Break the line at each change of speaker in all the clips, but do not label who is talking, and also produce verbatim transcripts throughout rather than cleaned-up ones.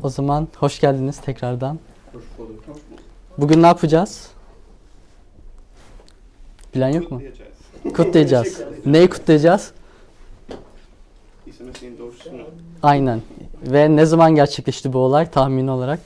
O zaman hoş geldiniz tekrardan.
Hoş bulduk.
Bugün ne yapacağız? Bilen yok mu?
Kutlayacağız.
Kutlayacağız. Neyi kutlayacağız?
İsa Mesih'in doğuşunu.
Aynen. Ve ne zaman gerçekleşti bu olay tahmini olarak?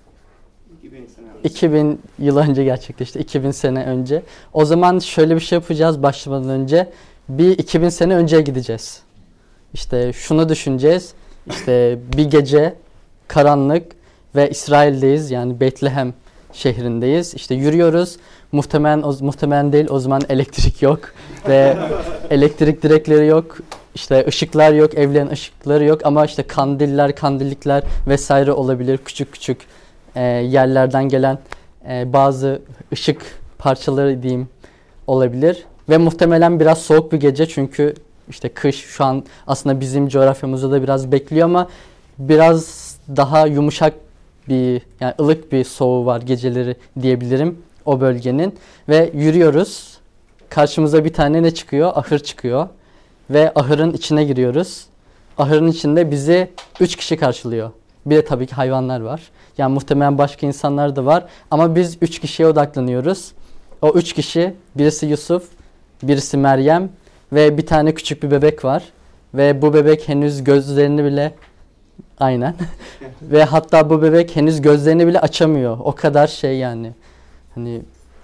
iki bin sene önce.
iki bin yıl önce gerçekleşti. iki bin sene önce. O zaman şöyle bir şey yapacağız başlamadan önce. Bir iki bin sene önceye gideceğiz. İşte şunu düşüneceğiz. İşte bir gece karanlık ve İsrail'deyiz. Yani Bethlehem şehrindeyiz. İşte yürüyoruz. Muhtemelen o, muhtemelen değil o zaman elektrik yok ve elektrik direkleri yok. İşte ışıklar yok, evlerin ışıkları yok ama işte kandiller, kandillikler vesaire olabilir. Küçük küçük e, yerlerden gelen e, bazı ışık parçaları diyeyim olabilir. Ve muhtemelen biraz soğuk bir gece çünkü işte kış şu an aslında bizim coğrafyamızda da biraz bekliyor ama biraz daha yumuşak bir yani ılık bir soğuğu var geceleri diyebilirim o bölgenin. Ve yürüyoruz. Karşımıza bir tane ne çıkıyor? Ahır çıkıyor. Ve ahırın içine giriyoruz. Ahırın içinde bizi üç kişi karşılıyor. Bir de tabii ki hayvanlar var. Yani muhtemelen başka insanlar da var. Ama biz üç kişiye odaklanıyoruz. O üç kişi, birisi Yusuf, birisi Meryem ve bir tane küçük bir bebek var. Ve bu bebek henüz gözlerini bile... Aynen. Ve hatta bu bebek henüz gözlerini bile açamıyor. O kadar şey yani. Hani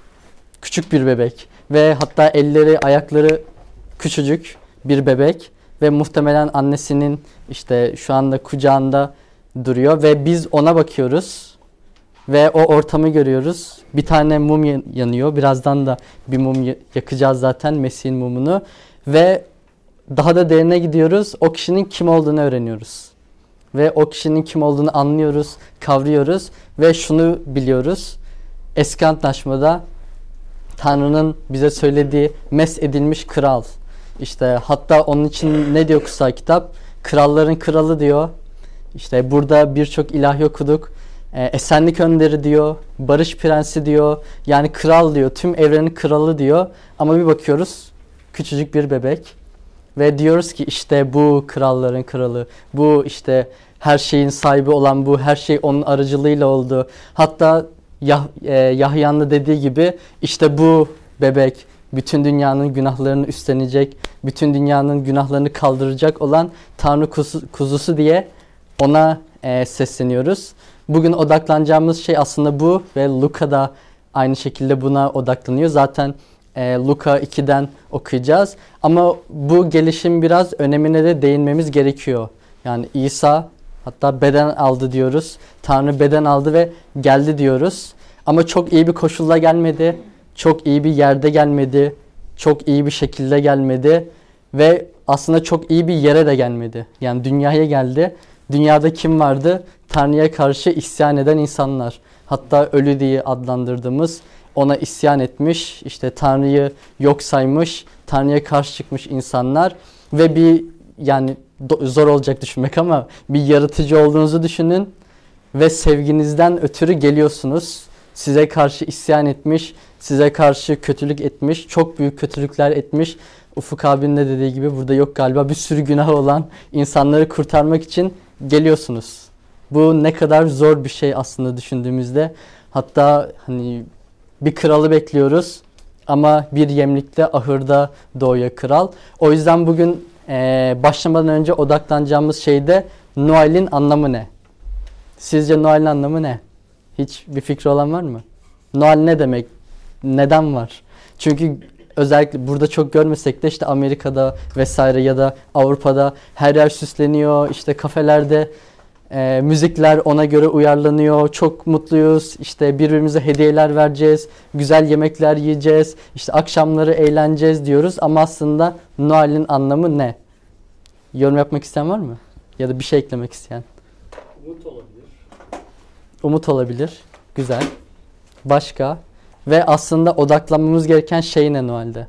küçük bir bebek. Ve hatta elleri, ayakları küçücük bir bebek. Ve muhtemelen annesinin işte şu anda kucağında duruyor. Ve biz ona bakıyoruz. Ve o ortamı görüyoruz. Bir tane mum yanıyor. Birazdan da bir mum yakacağız zaten. Mesih'in mumunu. Ve daha da derine gidiyoruz. O kişinin kim olduğunu öğreniyoruz. Ve o kişinin kim olduğunu anlıyoruz, kavruyoruz. Ve şunu biliyoruz. Eski Antlaşmada Tanrı'nın bize söylediği mes edilmiş kral. İşte hatta onun için ne diyor kutsal kitap? Kralların kralı diyor. İşte burada birçok ilahi okuduk. E, esenlik önderi diyor. Barış prensi diyor. Yani kral diyor. Tüm evrenin kralı diyor. Ama bir bakıyoruz küçücük bir bebek. Ve diyoruz ki işte bu kralların kralı. Bu işte her şeyin sahibi olan bu. Her şey onun aracılığıyla oldu. Hatta Yah, e, Yahya'nın da dediği gibi işte bu bebek bütün dünyanın günahlarını üstlenecek. Bütün dünyanın günahlarını kaldıracak olan Tanrı kuzu, kuzusu diye ona e, sesleniyoruz. Bugün odaklanacağımız şey aslında bu ve Luka da aynı şekilde buna odaklanıyor. Zaten e, Luka iki'den okuyacağız. Ama bu gelişim biraz önemine de değinmemiz gerekiyor. Yani İsa hatta beden aldı diyoruz. Tanrı beden aldı ve geldi diyoruz. Ama çok iyi bir koşulla gelmedi. Çok iyi bir yerde gelmedi. Çok iyi bir şekilde gelmedi. Ve aslında çok iyi bir yere de gelmedi. Yani dünyaya geldi. Dünyada kim vardı? Tanrı'ya karşı isyan eden insanlar. Hatta ölü diye adlandırdığımız ona isyan etmiş, işte Tanrı'yı yok saymış, Tanrı'ya karşı çıkmış insanlar ve bir yani do- zor olacak düşünmek ama bir yaratıcı olduğunuzu düşünün ve sevginizden ötürü geliyorsunuz. Size karşı isyan etmiş, size karşı kötülük etmiş, çok büyük kötülükler etmiş. Ufuk abinin de dediği gibi burada yok galiba bir sürü günahı olan insanları kurtarmak için geliyorsunuz. Bu ne kadar zor bir şey aslında düşündüğümüzde. Hatta hani bir kralı bekliyoruz ama bir yemlikte ahırda doğuyor kral. O yüzden bugün e, başlamadan önce odaklanacağımız şey de Noel'in anlamı ne? Sizce Noel'in anlamı ne? Hiç bir fikri olan var mı? Noel ne demek? Neden var? Çünkü özellikle burada çok görmesek de işte Amerika'da vesaire ya da Avrupa'da her yer süsleniyor. İşte kafelerde e, müzikler ona göre uyarlanıyor. Çok mutluyuz. İşte birbirimize hediyeler vereceğiz. Güzel yemekler yiyeceğiz. İşte akşamları eğleneceğiz diyoruz. Ama aslında Noel'in anlamı ne? Yorum yapmak isteyen var mı? Ya da bir şey eklemek isteyen?
Umut olabilir.
Umut olabilir. Güzel. Başka? Ve aslında odaklanmamız gereken şey ne Noel'de?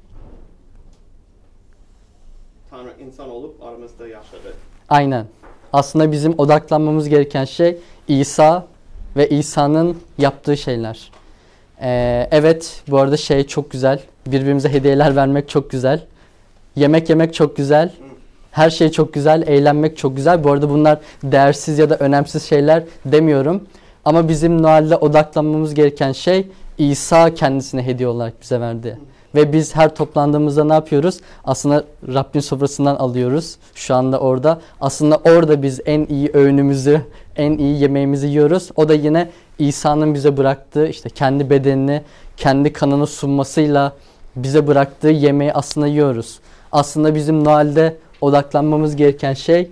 Tanrı insan olup aramızda yaşadı.
Aynen. Aslında bizim odaklanmamız gereken şey İsa ve İsa'nın yaptığı şeyler. Ee, evet bu arada şey çok güzel. Birbirimize hediyeler vermek çok güzel. Yemek yemek çok güzel. Her şey çok güzel, eğlenmek çok güzel. Bu arada bunlar değersiz ya da önemsiz şeyler demiyorum. Ama bizim Noel'de odaklanmamız gereken şey İsa kendisine hediye olarak bize verdi. Ve biz her toplandığımızda ne yapıyoruz? Aslında Rabbin sofrasından alıyoruz. Şu anda orada. Aslında orada biz en iyi öğünümüzü, en iyi yemeğimizi yiyoruz. O da yine İsa'nın bize bıraktığı, işte kendi bedenini, kendi kanını sunmasıyla bize bıraktığı yemeği aslında yiyoruz. Aslında bizim Noel'de odaklanmamız gereken şey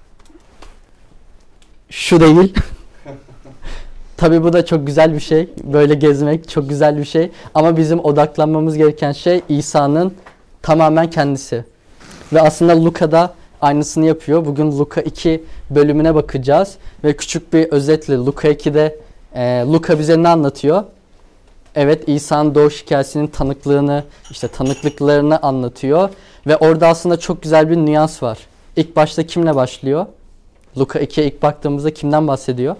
şu değil. Tabii bu da çok güzel bir şey. Böyle gezmek çok güzel bir şey. Ama bizim odaklanmamız gereken şey İsa'nın tamamen kendisi. Ve aslında Luka da aynısını yapıyor. Bugün Luka iki bölümüne bakacağız. Ve küçük bir özetle Luka iki'de e, Luka bize ne anlatıyor? Evet, İsa'nın doğuş hikayesinin tanıklığını, işte tanıklıklarını anlatıyor. Ve orada aslında çok güzel bir nüans var. İlk başta kimle başlıyor? Luka iki'ye ilk baktığımızda kimden bahsediyor?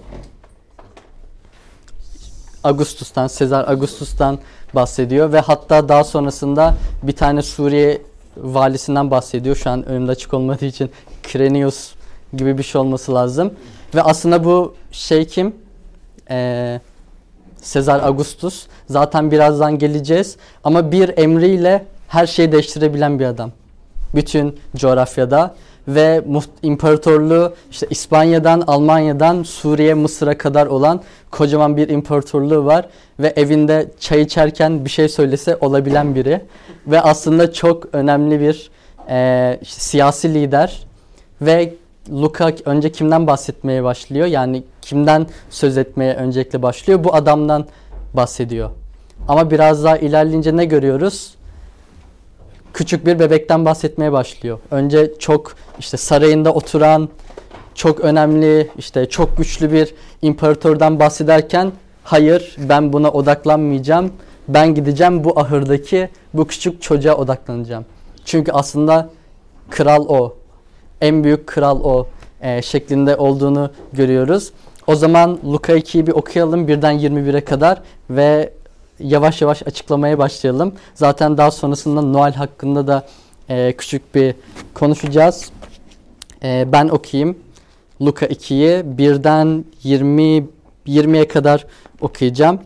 Augustus'tan, Sezar Augustus'tan bahsediyor ve hatta daha sonrasında bir tane Suriye valisinden bahsediyor. Şu an önümde açık olmadığı için Krenius gibi bir şey olması lazım. Ve aslında bu şey kim? Ee, Sezar Augustus. Zaten birazdan geleceğiz. Ama bir emriyle her şeyi değiştirebilen bir adam. Bütün coğrafyada. Ve imparatorluğu işte İspanya'dan, Almanya'dan Suriye, Mısır'a kadar olan kocaman bir imparatorluğu var. Ve evinde çay içerken bir şey söylese olabilen biri. Ve aslında çok önemli bir e, işte, siyasi lider. Ve Luka önce kimden bahsetmeye başlıyor? Yani kimden söz etmeye öncelikle başlıyor? Bu adamdan bahsediyor. Ama biraz daha ilerleyince ne görüyoruz? Küçük bir bebekten bahsetmeye başlıyor. Önce çok işte sarayında oturan, çok önemli, işte çok güçlü bir imparatordan bahsederken hayır, ben buna odaklanmayacağım. Ben gideceğim bu ahırdaki bu küçük çocuğa odaklanacağım. Çünkü aslında kral o. En büyük kral o e, şeklinde olduğunu görüyoruz. O zaman Luka iki'yi bir okuyalım birden yirmi bire kadar ve yavaş yavaş açıklamaya başlayalım. Zaten daha sonrasında Noel hakkında da e, küçük bir konuşacağız. E, ben okuyayım. Luka iki'yi birden yirmi yirmiye kadar okuyacağım.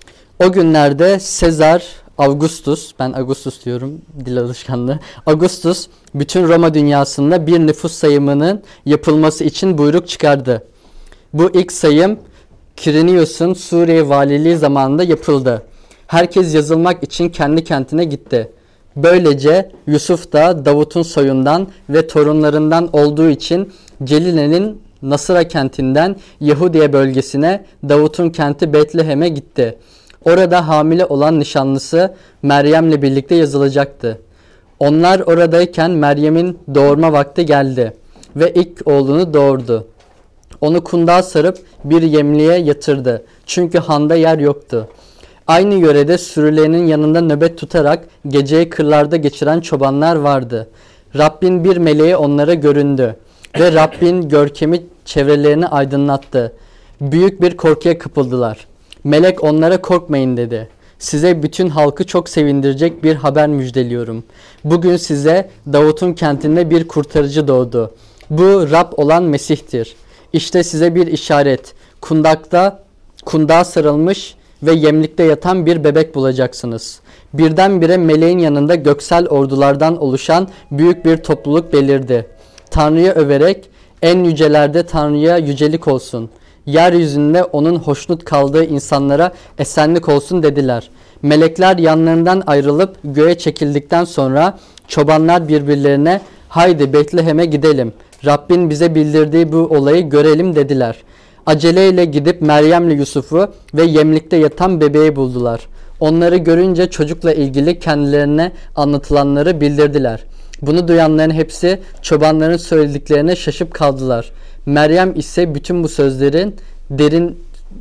O günlerde Sezar Augustus, ben Augustus diyorum dil alışkanlığı. Augustus bütün Roma dünyasında bir nüfus sayımının yapılması için buyruk çıkardı. Bu ilk sayım Kirinius'un Suriye valiliği zamanında yapıldı. Herkes yazılmak için kendi kentine gitti. Böylece Yusuf da Davut'un soyundan ve torunlarından olduğu için Celile'nin Nasıra kentinden Yahudiye bölgesine Davut'un kenti Betlehem'e gitti. Orada hamile olan nişanlısı Meryem'le birlikte yazılacaktı. Onlar oradayken Meryem'in doğurma vakti geldi ve ilk oğlunu doğurdu. Onu kundağa sarıp bir yemliğe yatırdı. Çünkü handa yer yoktu. Aynı yörede sürülerinin yanında nöbet tutarak geceyi kırlarda geçiren çobanlar vardı. Rabbin bir meleği onlara göründü ve Rabbin görkemi çevrelerini aydınlattı. Büyük bir korkuya kapıldılar. Melek onlara korkmayın dedi. Size bütün halkı çok sevindirecek bir haber müjdeliyorum. Bugün size Davut'un kentinde bir kurtarıcı doğdu. Bu Rab olan Mesih'tir. İşte size bir işaret. Kundakta, kundağa sarılmış ve yemlikte yatan bir bebek bulacaksınız. Birdenbire meleğin yanında göksel ordulardan oluşan büyük bir topluluk belirdi. Tanrı'yı överek en yücelerde Tanrı'ya yücelik olsun. Yeryüzünde onun hoşnut kaldığı insanlara esenlik olsun dediler. Melekler yanlarından ayrılıp göğe çekildikten sonra çobanlar birbirlerine haydi Betlehem'e gidelim. Rabbin bize bildirdiği bu olayı görelim dediler. Aceleyle gidip Meryem'le Yusuf'u ve yemlikte yatan bebeği buldular. Onları görünce çocukla ilgili kendilerine anlatılanları bildirdiler. Bunu duyanların hepsi çobanların söylediklerine şaşıp kaldılar. Meryem ise bütün bu sözlerin derin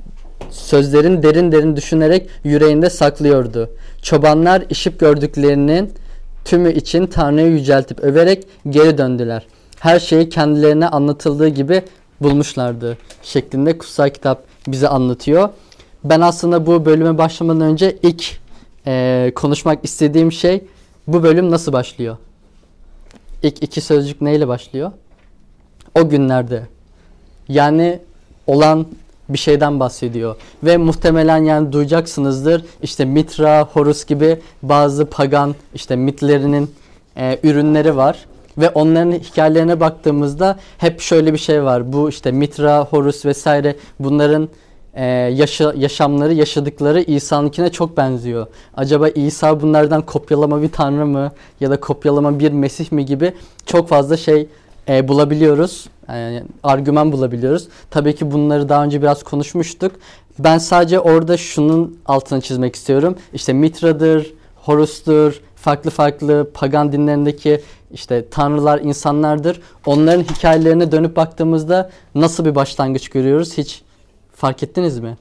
sözlerin derin derin düşünerek yüreğinde saklıyordu. Çobanlar işip gördüklerinin tümü için Tanrı'yı yüceltip överek geri döndüler. Her şeyi kendilerine anlatıldığı gibi bulmuşlardı şeklinde kutsal kitap bize anlatıyor. Ben aslında bu bölüme başlamadan önce ilk e, konuşmak istediğim şey bu bölüm nasıl başlıyor? İlk iki sözcük neyle başlıyor? O günlerde. Yani olan bir şeyden bahsediyor. Ve muhtemelen yani duyacaksınızdır. İşte Mitra, Horus gibi bazı pagan işte mitlerinin e, ürünleri var. Ve onların hikayelerine baktığımızda hep şöyle bir şey var. Bu işte Mitra, Horus vesaire bunların e, yaşa, yaşamları, yaşadıkları İsa'nınkine çok benziyor. Acaba İsa bunlardan kopyalama bir tanrı mı? Ya da kopyalama bir Mesih mi gibi çok fazla şey e, bulabiliyoruz. Yani argüman bulabiliyoruz. Tabii ki bunları daha önce biraz konuşmuştuk. Ben sadece orada şunun altını çizmek istiyorum. İşte Mitra'dır, Horus'tur, farklı farklı pagan dinlerindeki işte tanrılar, insanlardır. Onların hikayelerine dönüp baktığımızda nasıl bir başlangıç görüyoruz? Hiç fark ettiniz mi?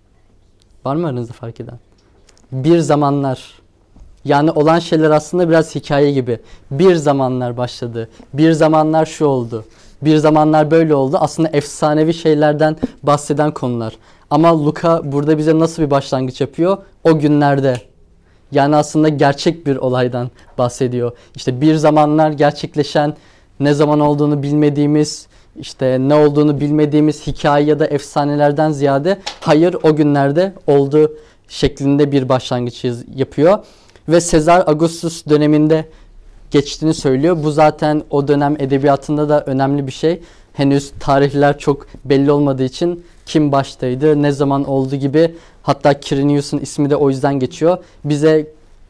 Var mı aranızda fark eden? Bir zamanlar. Yani olan şeyler aslında biraz hikaye gibi. Bir zamanlar başladı. Bir zamanlar şu oldu. Bir zamanlar böyle oldu. Aslında efsanevi şeylerden bahseden konular. Ama Luka burada bize nasıl bir başlangıç yapıyor? O günlerde. Yani aslında gerçek bir olaydan bahsediyor. İşte bir zamanlar gerçekleşen, ne zaman olduğunu bilmediğimiz, işte ne olduğunu bilmediğimiz hikaye ya da efsanelerden ziyade hayır o günlerde oldu şeklinde bir başlangıç yapıyor. Ve Sezar Augustus döneminde geçtiğini söylüyor. Bu zaten o dönem edebiyatında da önemli bir şey. Henüz tarihler çok belli olmadığı için kim baştaydı, ne zaman oldu gibi, hatta Quirinius'un ismi de o yüzden geçiyor. Bize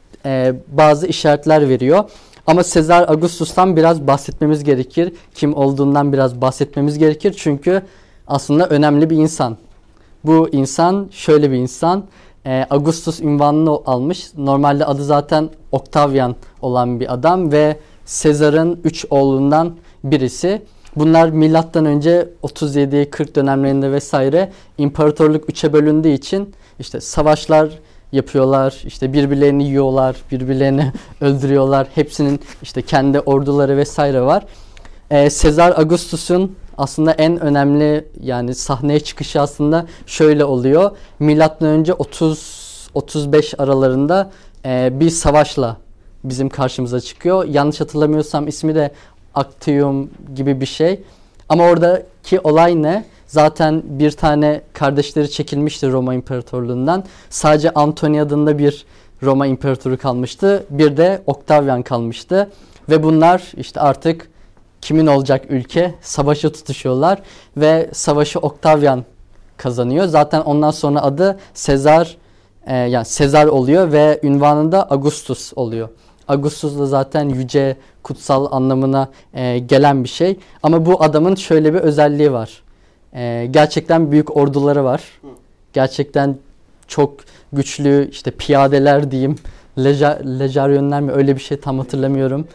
e, bazı işaretler veriyor. Ama Sezar Augustus'tan biraz bahsetmemiz gerekir. Kim olduğundan biraz bahsetmemiz gerekir. Çünkü aslında önemli bir insan. Bu insan şöyle bir insan. E, Augustus unvanını almış. Normalde adı zaten Octavian olan bir adam ve Sezar'ın üç oğlundan birisi. Bunlar milattan önce otuz yedi kırk dönemlerinde vesaire imparatorluk üçe bölündüğü için işte savaşlar yapıyorlar, işte birbirlerini yiyorlar, birbirlerini öldürüyorlar. Hepsinin işte kendi orduları vesaire var. Ee, Sezar Augustus'un aslında en önemli yani sahneye çıkışı aslında şöyle oluyor. Milattan önce otuz otuz beş aralarında e, bir savaşla bizim karşımıza çıkıyor. Yanlış hatırlamıyorsam ismi de Actium gibi bir şey. Ama oradaki olay ne? Zaten bir tane kardeşleri çekilmişti Roma İmparatorluğundan. Sadece Antony adında bir Roma İmparatoru kalmıştı. Bir de Octavian kalmıştı. Ve bunlar işte artık kimin olacak ülke? Savaşa tutuşuyorlar. Ve savaşı Octavian kazanıyor. Zaten ondan sonra adı Sezar e, yani Sezar oluyor ve ünvanında Augustus oluyor. Augustus da zaten yüce, kutsal anlamına e, gelen bir şey. Ama bu adamın şöyle bir özelliği var. E, gerçekten büyük orduları var. Gerçekten çok güçlü işte piyadeler diyeyim. Leja, lejaryonlar mı öyle bir şey tam hatırlamıyorum.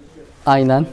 Aynen.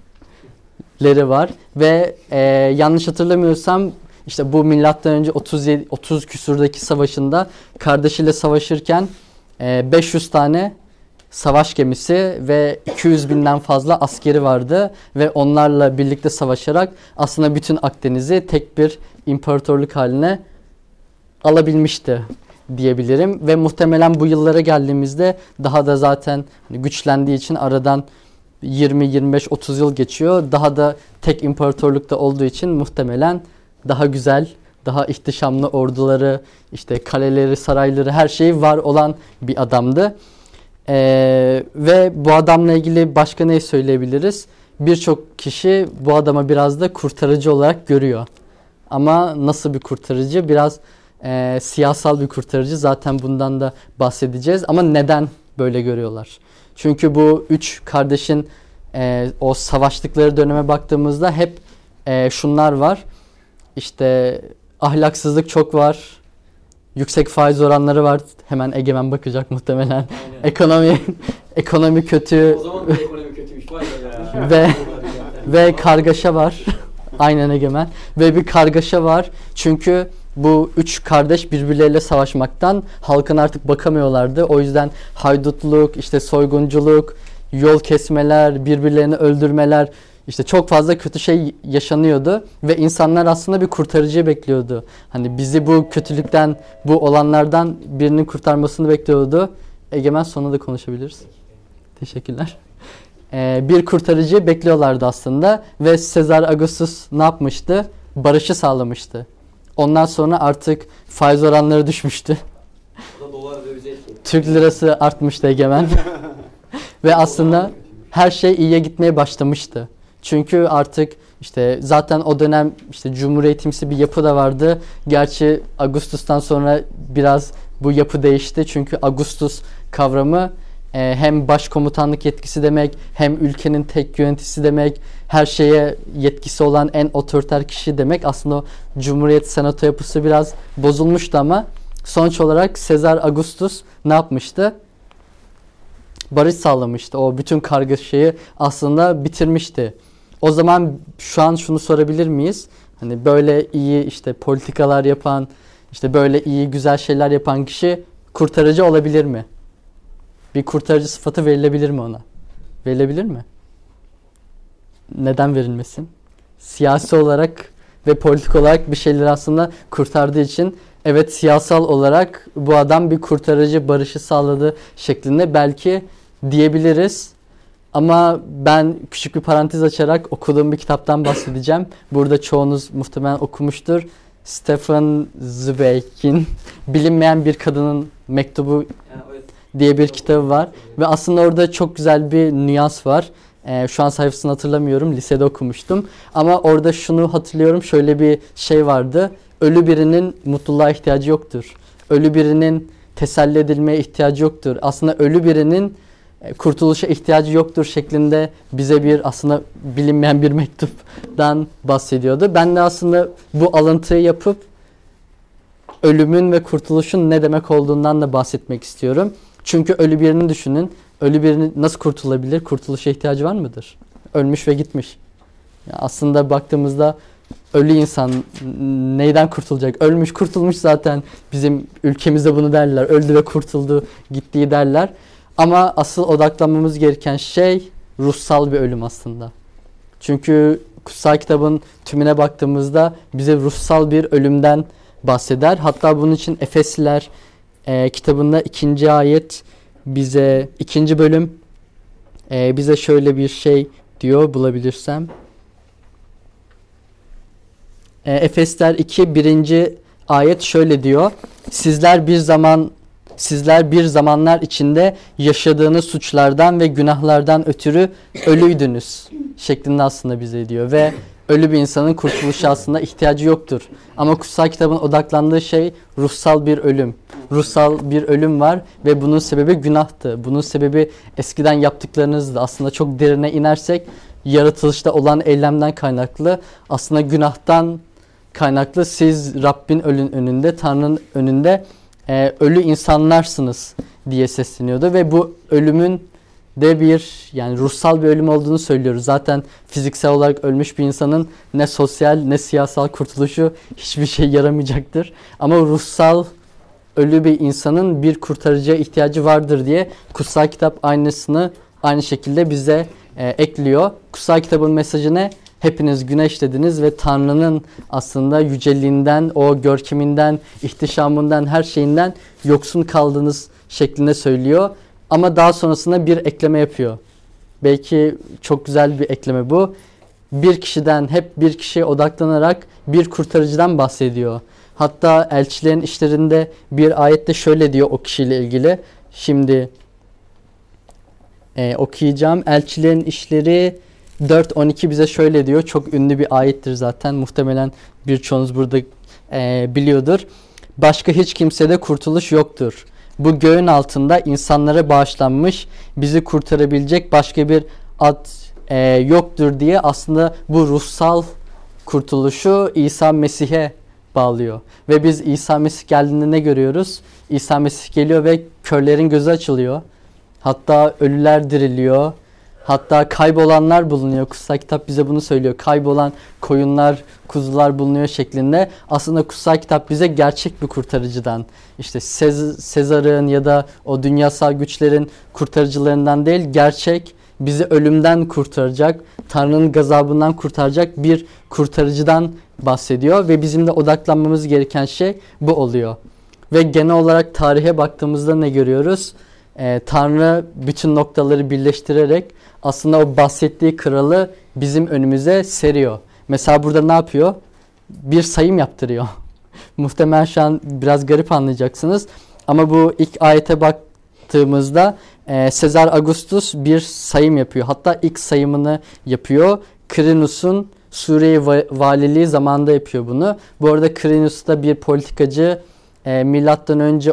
Leri var. Ve e, yanlış hatırlamıyorsam işte bu milattan önce otuz yedi otuz küsurdaki savaşında kardeşiyle savaşırken e, beş yüz tane savaş gemisi ve iki yüz binden fazla askeri vardı ve onlarla birlikte savaşarak aslında bütün Akdeniz'i tek bir imparatorluk haline alabilmişti diyebilirim. Ve muhtemelen bu yıllara geldiğimizde daha da zaten güçlendiği için aradan yirmi yirmi beş otuz yıl geçiyor. Daha da tek imparatorlukta olduğu için muhtemelen daha güzel, daha ihtişamlı orduları, işte kaleleri, sarayları, her şeyi var olan bir adamdı. Ee, ve bu adamla ilgili başka ne söyleyebiliriz? Birçok kişi bu adama biraz da kurtarıcı olarak görüyor. Ama nasıl bir kurtarıcı? Biraz e, siyasal bir kurtarıcı. Zaten bundan da bahsedeceğiz. Ama neden böyle görüyorlar? Çünkü bu üç kardeşin e, o savaştıkları döneme baktığımızda hep e, şunlar var. İşte ahlaksızlık çok var. Yüksek faiz oranları var. Hemen Egemen bakacak muhtemelen. Aynen. Ekonomi ekonomi kötü.
O zaman da ekonomi kötüymüş. Vay be ya.
Ve ve kargaşa var. Aynen Egemen. Ve bir kargaşa var. Çünkü bu üç kardeş birbirleriyle savaşmaktan halkın artık bakamıyorlardı. O yüzden haydutluk, işte soygunculuk, yol kesmeler, birbirlerini öldürmeler, işte çok fazla kötü şey yaşanıyordu ve insanlar aslında bir kurtarıcı bekliyordu. Hani bizi bu kötülükten, bu olanlardan birinin kurtarmasını bekliyordu. Egemen sonra da konuşabiliriz. Teşekkürler. e, bir kurtarıcı bekliyorlardı aslında ve Sezar Augustus ne yapmıştı? Barışı sağlamıştı. Ondan sonra artık faiz oranları düşmüştü.
O da dolar dövize etkili.
Türk lirası artmıştı egemen. Ve aslında her şey iyiye gitmeye başlamıştı. Çünkü artık işte zaten o dönem işte cumhuriyetimsi bir yapı da vardı. Gerçi Augustus'tan sonra biraz bu yapı değişti. Çünkü Augustus kavramı e, hem başkomutanlık yetkisi demek, hem ülkenin tek yöneticisi demek, her şeye yetkisi olan en otoriter kişi demek. Aslında o Cumhuriyet Senato yapısı biraz bozulmuştu ama sonuç olarak Sezar Augustus ne yapmıştı? Barış sağlamıştı. O bütün kargaşayı aslında bitirmişti. O zaman şu an şunu sorabilir miyiz? Hani böyle iyi işte politikalar yapan, işte böyle iyi güzel şeyler yapan kişi kurtarıcı olabilir mi? Bir kurtarıcı sıfatı verilebilir mi ona? Verilebilir mi? Neden verilmesin? Siyasi olarak ve politik olarak bir şeyleri aslında kurtardığı için evet, siyasal olarak bu adam bir kurtarıcı, barışı sağladı şeklinde belki diyebiliriz. Ama ben küçük bir parantez açarak okuduğum bir kitaptan bahsedeceğim. Burada çoğunuz muhtemelen okumuştur. Stefan Zweig'in Bilinmeyen Bir Kadının Mektubu
Yani evet.
diye bir kitabı var. Ve aslında orada çok güzel bir nüans var. Ee, şu an sayfasını hatırlamıyorum. Lisede okumuştum. Ama orada şunu hatırlıyorum. Şöyle bir şey vardı. Ölü birinin mutluluğa ihtiyacı yoktur. Ölü birinin teselli edilmeye ihtiyacı yoktur. Aslında ölü birinin kurtuluşa ihtiyacı yoktur şeklinde bize bir aslında bilinmeyen bir mektuptan bahsediyordu. Ben de aslında bu alıntıyı yapıp ölümün ve kurtuluşun ne demek olduğundan da bahsetmek istiyorum. Çünkü ölü birini düşünün. Ölü birini nasıl kurtulabilir? Kurtuluşa ihtiyacı var mıdır? Ölmüş ve gitmiş. Ya aslında baktığımızda ölü insan neyden kurtulacak? Ölmüş, kurtulmuş zaten. Bizim ülkemizde bunu derler. Öldü ve kurtuldu, gittiği derler. Ama asıl odaklanmamız gereken şey ruhsal bir ölüm aslında. Çünkü kutsal kitabın tümüne baktığımızda bize ruhsal bir ölümden bahseder. Hatta bunun için Efesliler e, kitabında ikinci ayet bize, ikinci bölüm e, bize şöyle bir şey diyor, bulabilirsem. E, Efesler iki birinci ayet şöyle diyor. Sizler bir zaman Sizler bir zamanlar içinde yaşadığınız suçlardan ve günahlardan ötürü ölüydünüz şeklinde aslında bize diyor. Ve ölü bir insanın kurtuluşa aslında ihtiyacı yoktur. Ama kutsal kitabın odaklandığı şey ruhsal bir ölüm. Ruhsal bir ölüm var ve bunun sebebi günahtı. Bunun sebebi eskiden yaptıklarınızdı. Aslında çok derine inersek yaratılışta olan eylemden kaynaklı, aslında günahtan kaynaklı. Siz Rabbin önünde, Tanrı'nın önünde Ee, ölü insanlarsınız diye sesleniyordu ve bu ölümün de bir yani ruhsal bir ölüm olduğunu söylüyoruz. Zaten fiziksel olarak ölmüş bir insanın ne sosyal ne siyasal kurtuluşu hiçbir şey yaramayacaktır. Ama ruhsal ölü bir insanın bir kurtarıcıya ihtiyacı vardır diye kutsal kitap aynısını aynı şekilde bize e, ekliyor. Kutsal kitabın mesajı ne? Hepiniz günah işlediniz ve Tanrı'nın aslında yüceliğinden, o görkeminden, ihtişamından, her şeyinden yoksun kaldınız şeklinde söylüyor. Ama daha sonrasında bir ekleme yapıyor. Belki çok güzel bir ekleme bu. Bir kişiden, hep bir kişiye odaklanarak bir kurtarıcıdan bahsediyor. Hatta Elçilerin İşlerinde bir ayette şöyle diyor o kişiyle ilgili. Şimdi e, okuyacağım. Elçilerin İşleri dört on iki bize şöyle diyor. Çok ünlü bir ayettir zaten. Muhtemelen birçoğunuz burada e, biliyordur. Başka hiç kimsede kurtuluş yoktur. Bu göğün altında insanlara bağışlanmış, bizi kurtarabilecek başka bir ad e, yoktur diye aslında bu ruhsal kurtuluşu İsa Mesih'e bağlıyor. Ve biz İsa Mesih geldiğinde ne görüyoruz? İsa Mesih geliyor ve körlerin gözü açılıyor. Hatta ölüler diriliyor. Hatta kaybolanlar bulunuyor. Kutsal kitap bize bunu söylüyor. Kaybolan koyunlar, kuzular bulunuyor şeklinde. Aslında kutsal kitap bize gerçek bir kurtarıcıdan, işte Sez- Sezar'ın ya da o dünyasal güçlerin kurtarıcılarından değil, gerçek bizi ölümden kurtaracak, Tanrı'nın gazabından kurtaracak bir kurtarıcıdan bahsediyor. Ve bizim de odaklanmamız gereken şey bu oluyor. Ve genel olarak tarihe baktığımızda ne görüyoruz? Ee, Tanrı bütün noktaları birleştirerek aslında o bahsettiği kralı bizim önümüze seriyor. Mesela burada ne yapıyor? Bir sayım yaptırıyor. Muhtemelen şu an biraz garip anlayacaksınız. Ama bu ilk ayete baktığımızda e, Sezar Augustus bir sayım yapıyor. Hatta ilk sayımını yapıyor. Quirinus'un Suriye valiliği zamanında yapıyor bunu. Bu arada Quirinus da bir politikacı. E, milattan önce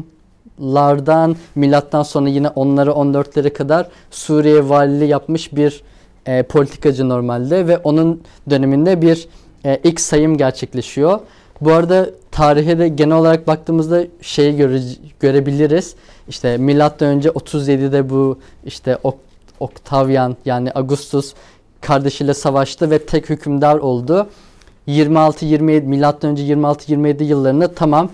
onlardan, milattan sonra yine onları on dörtlere kadar Suriye valiliği yapmış bir e, politikacı normalde ve onun döneminde bir e, ilk sayım gerçekleşiyor. Bu arada tarihe de genel olarak baktığımızda şeyi göre, görebiliriz. İşte milattan önce otuz yedide bu işte Octavian yani Augustus kardeşiyle savaştı ve tek hükümdar oldu. yirmi altı yirmi yedi milattan önce yirmi altı yirmi yedi yıllarında tamam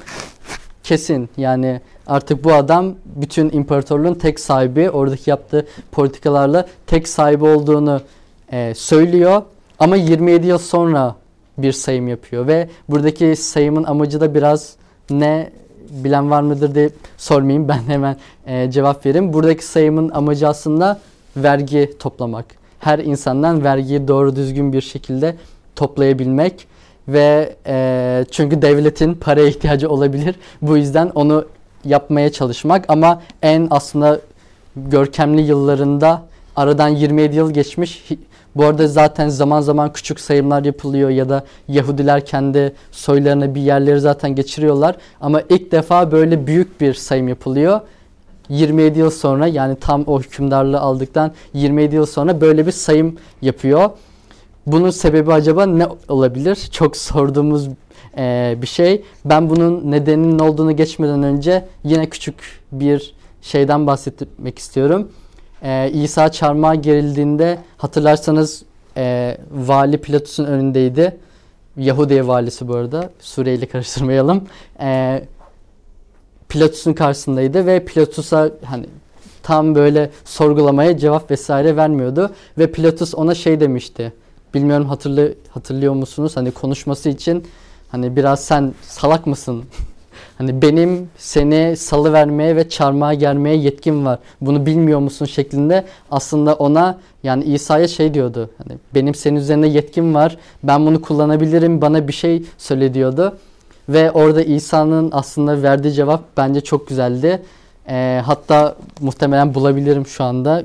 kesin yani artık bu adam bütün imparatorluğun tek sahibi, oradaki yaptığı politikalarla tek sahibi olduğunu e, söylüyor. Ama yirmi yedi yıl sonra bir sayım yapıyor ve buradaki sayımın amacı da biraz ne bilen var mıdır diye sormayayım, ben hemen e, cevap vereyim. Buradaki sayımın amacı aslında vergi toplamak. Her insandan vergiyi doğru düzgün bir şekilde toplayabilmek ve e, çünkü devletin paraya ihtiyacı olabilir. Bu yüzden onu yapmaya çalışmak ama en aslında görkemli yıllarında aradan yirmi yedi yıl geçmiş. Bu arada zaten zaman zaman küçük sayımlar yapılıyor ya da Yahudiler kendi soylarına bir yerleri zaten geçiriyorlar. Ama ilk defa böyle büyük bir sayım yapılıyor. yirmi yedi yıl sonra yani tam o hükümdarlığı aldıktan yirmi yedi yıl sonra böyle bir sayım yapıyor. Bunun sebebi acaba ne olabilir? Çok sorduğumuz e, bir şey. Ben bunun nedeninin ne olduğunu geçmeden önce yine küçük bir şeyden bahsetmek istiyorum. Ee, İsa çarmıha gerildiğinde hatırlarsanız e, vali Pilatus'un önündeydi. Yahudiye valisi bu arada. Suriye ile karıştırmayalım. Ee, Pilatus'un karşısındaydı ve Pilatus'a hani tam böyle sorgulamaya cevap vesaire vermiyordu. Ve Pilatus ona şey demişti. Bilmiyorum hatırlı, hatırlıyor musunuz? Hani konuşması için hani biraz sen salak mısın? Hani benim seni salıvermeye ve çarmıha germeye yetkim var. Bunu bilmiyor musun şeklinde aslında ona yani İsa'ya şey diyordu. Hani benim senin üzerinde yetkim var. Ben bunu kullanabilirim. Bana bir şey söyle diyordu. Ve orada İsa'nın aslında verdiği cevap bence çok güzeldi. Ee, hatta muhtemelen bulabilirim şu anda.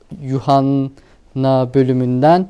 Yuhanna bölümünden.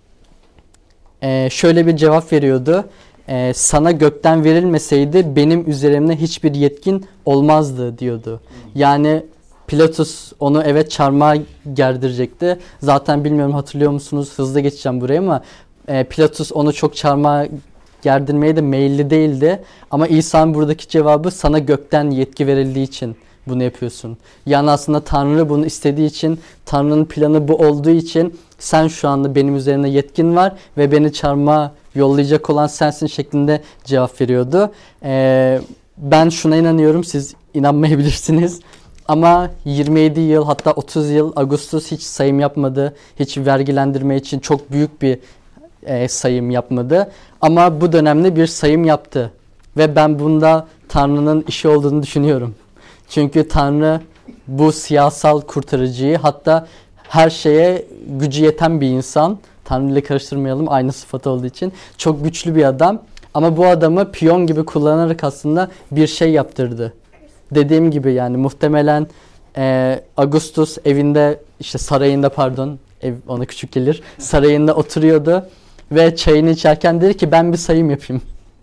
Ee, şöyle bir cevap veriyordu. Ee, sana gökten verilmeseydi benim üzerimde hiçbir yetkin olmazdı diyordu. Yani Pilatus onu evet çarmıha gerdirecekti. Zaten bilmiyorum hatırlıyor musunuz, hızlı geçeceğim buraya ama e, Pilatus onu çok çarmıha gerdirmeye de meyilli değildi. Ama İsa'nın buradaki cevabı sana gökten yetki verildiği için bunu yapıyorsun. Yani aslında Tanrı bunu istediği için, Tanrı'nın planı bu olduğu için sen şu anda benim üzerine yetkin var ve beni çarmıha yollayacak olan sensin şeklinde cevap veriyordu. Ee, ben şuna inanıyorum, siz inanmayabilirsiniz. Ama yirmi yedi yıl hatta otuz yıl Augustus hiç sayım yapmadı. Hiç vergilendirme için çok büyük bir e, sayım yapmadı. Ama bu dönemde bir sayım yaptı. Ve ben bunda Tanrı'nın işi olduğunu düşünüyorum. Çünkü Tanrı bu siyasal kurtarıcıyı, hatta her şeye gücü yeten bir insan. Tanrı ile karıştırmayalım, aynı sıfat olduğu için. Çok güçlü bir adam. Ama bu adamı piyon gibi kullanarak aslında bir şey yaptırdı. Dediğim gibi yani muhtemelen e, Augustus evinde, işte sarayında pardon, ev ona küçük gelir. Sarayında oturuyordu ve çayını içerken dedi ki ben bir sayım yapayım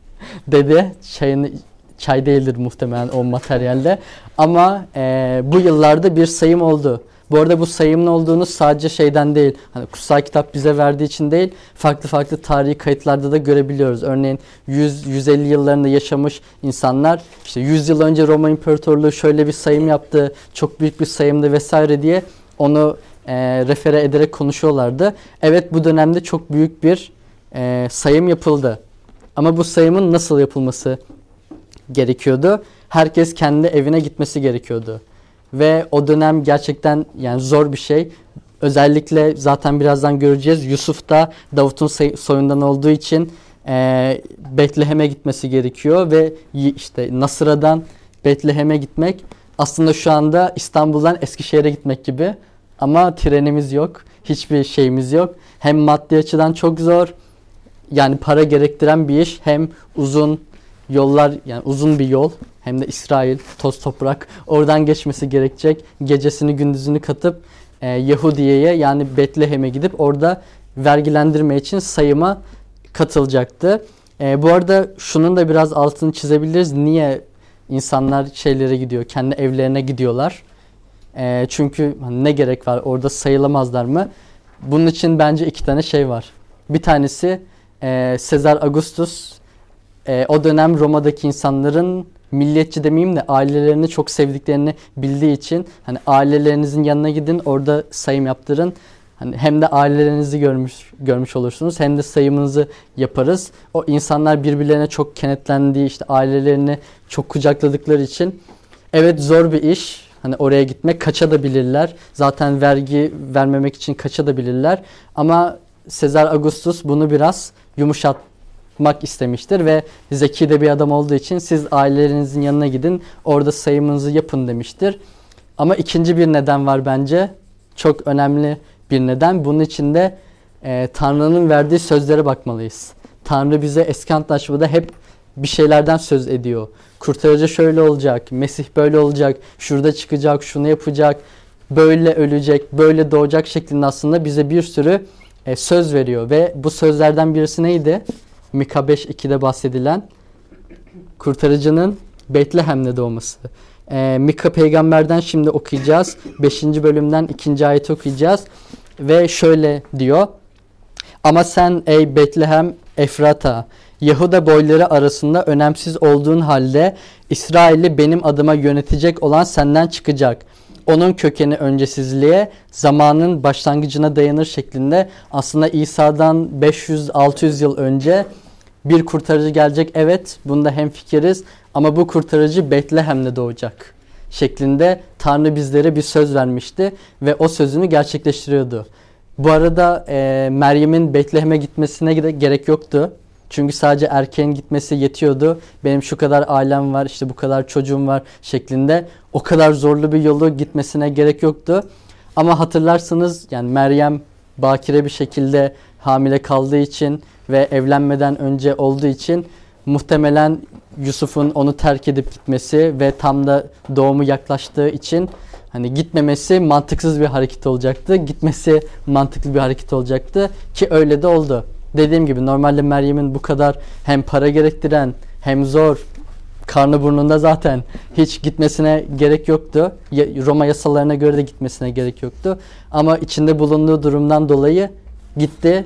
dedi. Çayını, çay değildir muhtemelen o materyalde. Ama e, bu yıllarda bir sayım oldu. Bu arada bu sayımın olduğunu sadece şeyden değil, hani kutsal kitap bize verdiği için değil, farklı farklı tarihi kayıtlarda da görebiliyoruz. Örneğin yüz yüz elli yıllarında yaşamış insanlar işte yüz yıl önce Roma İmparatorluğu şöyle bir sayım yaptı, çok büyük bir sayımdı vesaire diye onu e, refere ederek konuşuyorlardı. Evet, bu dönemde çok büyük bir e, sayım yapıldı. Ama bu sayımın nasıl yapılması gerekiyordu? Herkes kendi evine gitmesi gerekiyordu. Ve o dönem gerçekten yani zor bir şey. Özellikle zaten birazdan göreceğiz. Yusuf da Davut'un soyundan olduğu için e, Betlehem'e gitmesi gerekiyor. Ve işte Nasıra'dan Betlehem'e gitmek aslında şu anda İstanbul'dan Eskişehir'e gitmek gibi. Ama trenimiz yok. hiçbir şeyimiz yok. Hem maddi açıdan çok zor, yani para gerektiren bir iş, hem uzun yollar, yani uzun bir yol, hem de İsrail, toz toprak, oradan geçmesi gerekecek. Gecesini gündüzünü katıp e, Yahudiye'ye, yani Betlehem'e gidip orada vergilendirme için sayıma katılacaktı. E, bu arada şunun da biraz altını çizebiliriz. Niye insanlar şeylere gidiyor, kendi evlerine gidiyorlar? E, çünkü ne gerek var, orada sayılamazlar mı? Bunun için bence iki tane şey var. Bir tanesi e, Sezar Augustus, e, o dönem Roma'daki insanların, milliyetçi demeyeyim de ailelerini çok sevdiklerini bildiği için, hani ailelerinizin yanına gidin, orada sayım yaptırın. Hani hem de ailelerinizi görmüş görmüş olursunuz, hem de sayımınızı yaparız. O insanlar birbirlerine çok kenetlendiği, işte ailelerini çok kucakladıkları için, evet zor bir iş. Hani oraya gitmek, kaçabilirler. Zaten vergi vermemek için kaçabilirler. Ama Sezar Augustus bunu biraz yumuşatmak istemiştir ve zeki de bir adam olduğu için siz ailelerinizin yanına gidin, orada sayımınızı yapın demiştir. Ama ikinci bir neden var bence. Çok önemli bir neden. Bunun için de e, Tanrı'nın verdiği sözlere bakmalıyız. Tanrı bize Eski Antlaşmada hep bir şeylerden söz ediyor. Kurtarıcı şöyle olacak, Mesih böyle olacak, şurada çıkacak, şunu yapacak, böyle ölecek, böyle doğacak şeklinde aslında bize bir sürü e, söz veriyor. Ve bu sözlerden birisi neydi? Mika beş iki'de bahsedilen kurtarıcının Betlehem'de doğması. E, Mika peygamberden şimdi okuyacağız. beşinci bölümden ikinci ayeti okuyacağız. Ve şöyle diyor. Ama sen ey Betlehem Efrata, Yahuda boyları arasında önemsiz olduğun halde İsrail'i benim adıma yönetecek olan senden çıkacak. Onun kökeni öncesizliğe, zamanın başlangıcına dayanır şeklinde aslında İsa'dan beş yüz altı yüz yıl önce bir kurtarıcı gelecek. Evet, bunda hemfikiriz ama bu kurtarıcı Betlehem'de doğacak şeklinde Tanrı bizlere bir söz vermişti ve o sözünü gerçekleştiriyordu. Bu arada e, Meryem'in Betlehem'e gitmesine gerek yoktu. Çünkü sadece erkeğin gitmesi yetiyordu. Benim şu kadar ailem var, işte bu kadar çocuğum var şeklinde. O kadar zorlu bir yolu gitmesine gerek yoktu. Ama hatırlarsınız, yani Meryem bakire bir şekilde hamile kaldığı için ve evlenmeden önce olduğu için muhtemelen Yusuf'un onu terk edip gitmesi ve tam da doğumu yaklaştığı için hani gitmemesi mantıksız bir hareket olacaktı. Gitmesi mantıklı bir hareket olacaktı ki öyle de oldu. Dediğim gibi normalde Meryem'in bu kadar hem para gerektiren hem zor, karnı burnunda zaten hiç gitmesine gerek yoktu. Roma yasalarına göre de gitmesine gerek yoktu. Ama içinde bulunduğu durumdan dolayı gitti.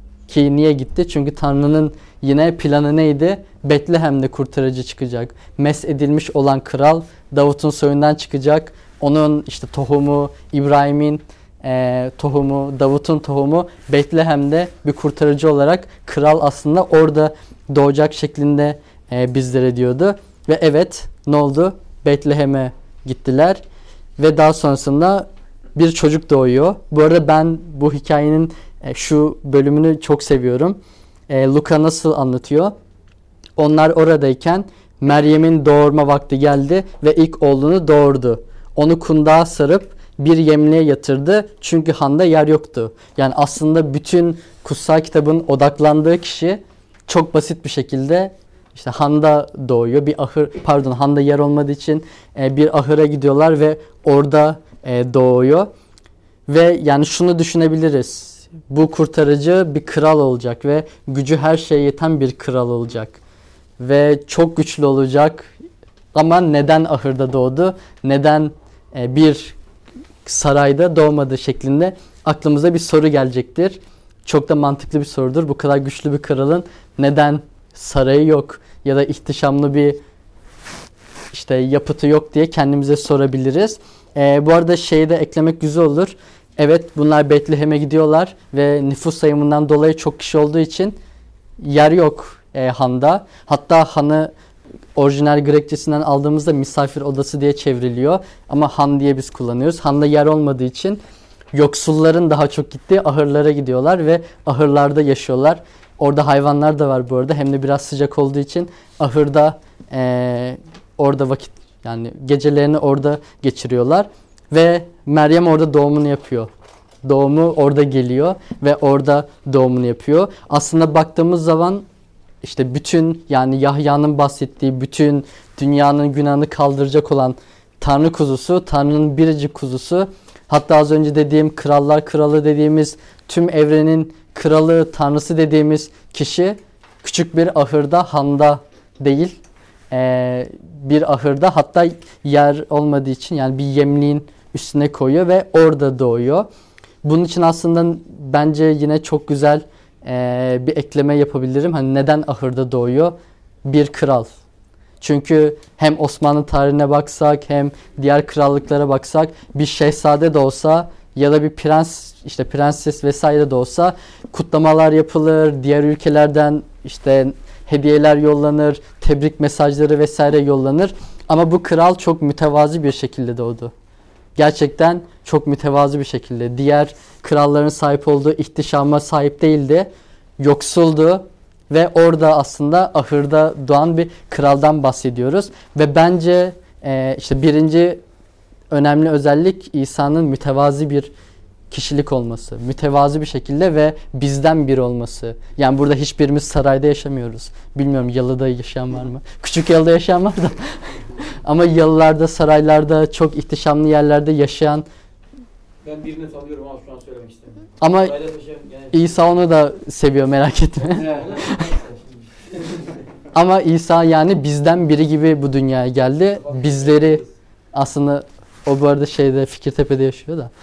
Ki niye gitti? Çünkü Tanrı'nın yine planı neydi? Betlehem'de kurtarıcı çıkacak. Mes edilmiş olan kral Davut'un soyundan çıkacak. Onun işte tohumu, İbrahim'in e, tohumu, Davut'un tohumu Betlehem'de bir kurtarıcı olarak kral aslında orada doğacak şeklinde e, bizlere diyordu. Ve evet, ne oldu? Betlehem'e gittiler ve daha sonrasında bir çocuk doğuyor. Bu arada ben bu hikayenin e, şu bölümünü çok seviyorum. E, Luka nasıl anlatıyor? Onlar oradayken Meryem'in doğurma vakti geldi ve ilk oğlunu doğurdu. Onu kundağa sarıp bir yemliğe yatırdı çünkü handa yer yoktu. Yani aslında bütün kutsal kitabın odaklandığı kişi çok basit bir şekilde işte handa doğuyor. Bir ahır, pardon handa yer olmadığı için e, bir ahıra gidiyorlar ve orada e, doğuyor. Ve yani şunu düşünebiliriz. Bu kurtarıcı bir kral olacak ve gücü her şeye yeten bir kral olacak. Ve çok güçlü olacak. Ama neden ahırda doğdu? Neden e, bir sarayda doğmadı şeklinde aklımıza bir soru gelecektir. Çok da mantıklı bir sorudur. Bu kadar güçlü bir kralın neden sarayı yok ya da ihtişamlı bir işte yapıtı yok diye kendimize sorabiliriz. E, bu arada şeyi de eklemek güzel olur. Evet, bunlar Betlehem'e gidiyorlar ve nüfus sayımından dolayı çok kişi olduğu için yer yok e, handa. Hatta hanı orijinal Grekçesinden aldığımızda misafir odası diye çevriliyor. Ama han diye biz kullanıyoruz. Handa yer olmadığı için yoksulların daha çok gittiği ahırlara gidiyorlar ve ahırlarda yaşıyorlar. Orada hayvanlar da var bu arada. Hem de biraz sıcak olduğu için ahırda e, orada vakit, yani gecelerini orada geçiriyorlar. Ve Meryem orada doğumunu yapıyor. doğumu orada geliyor ve orada doğumunu yapıyor. Aslında baktığımız zaman işte bütün yani Yahya'nın bahsettiği bütün dünyanın günahını kaldıracak olan Tanrı kuzusu, Tanrı'nın biricik kuzusu, hatta az önce dediğim krallar kralı dediğimiz tüm evrenin kralı, tanrısı dediğimiz kişi küçük bir ahırda, handa değil, ee, bir ahırda, hatta yer olmadığı için yani bir yemliğin üstüne koyuyor ve orada doğuyor. Bunun için aslında bence yine çok güzel ee, bir ekleme yapabilirim. Hani neden ahırda doğuyor? Bir kral. Çünkü hem Osmanlı tarihine baksak hem diğer krallıklara baksak bir şehzade de olsa ya da bir prens, işte prenses vesaire de olsa kutlamalar yapılır, diğer ülkelerden işte hediyeler yollanır, tebrik mesajları vesaire yollanır. Ama bu kral çok mütevazi bir şekilde doğdu. Gerçekten çok mütevazi bir şekilde. Diğer kralların sahip olduğu ihtişama sahip değildi. Yoksuldu ve orada aslında ahırda doğan bir kraldan bahsediyoruz. Ve bence e, işte birinci önemli özellik İsa'nın mütevazi bir kişilik olması. Mütevazi bir şekilde ve bizden biri olması. Yani burada hiçbirimiz sarayda yaşamıyoruz. Bilmiyorum Yalı'da yaşayan var mı? Küçük Yalı'da yaşayan var da. Ama Yalılarda, saraylarda, çok ihtişamlı yerlerde yaşayan.
Ben birini tanıyorum ama şu an söylemek istemiyorum.
Ama
Sarayda taşıyan yani-
İsa onu da seviyor, merak etme. Ama İsa yani bizden biri gibi bu dünyaya geldi. Bizleri aslında, o bu arada şeyde Fikirtepe'de yaşıyor da.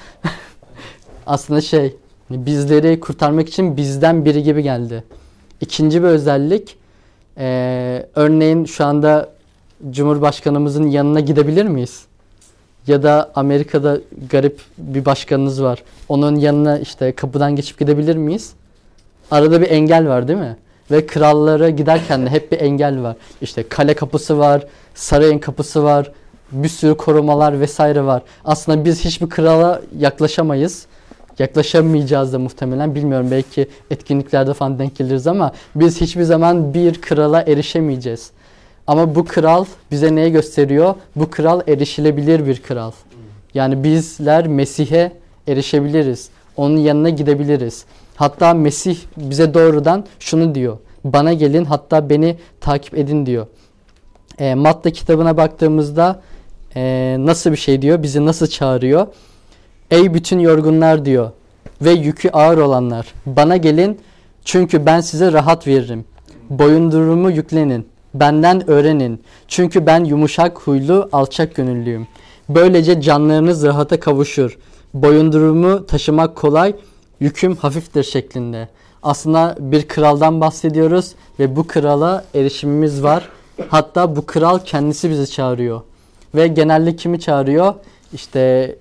Aslında şey, bizleri kurtarmak için bizden biri gibi geldi. İkinci bir özellik, e, örneğin şu anda Cumhurbaşkanımızın yanına gidebilir miyiz? Ya da Amerika'da garip bir başkanınız var. Onun yanına işte kapıdan geçip gidebilir miyiz? Arada bir engel var değil mi? Ve krallara giderken de hep bir engel var. İşte kale kapısı var, sarayın kapısı var, bir sürü korumalar vesaire var. Aslında biz hiçbir krala yaklaşamayız. Yaklaşamayacağız da muhtemelen. Bilmiyorum, belki etkinliklerde falan denk geliriz ama biz hiçbir zaman bir krala erişemeyeceğiz. Ama bu kral bize neyi gösteriyor? Bu kral erişilebilir bir kral. Yani bizler Mesih'e erişebiliriz. Onun yanına gidebiliriz. Hatta Mesih bize doğrudan şunu diyor. Bana gelin, hatta beni takip edin diyor. E, Matta kitabına baktığımızda e, nasıl bir şey diyor? Bizi nasıl çağırıyor? Ey bütün yorgunlar diyor ve yükü ağır olanlar, bana gelin çünkü ben size rahat veririm. Boyundurumu yüklenin, benden öğrenin. Çünkü ben yumuşak huylu, alçak gönüllüyüm. Böylece canlarınız rahata kavuşur. Boyundurumu taşımak kolay, yüküm hafiftir şeklinde. Aslında bir kraldan bahsediyoruz ve bu krala erişimimiz var. Hatta bu kral kendisi bizi çağırıyor. Ve genelde kimi çağırıyor? İşte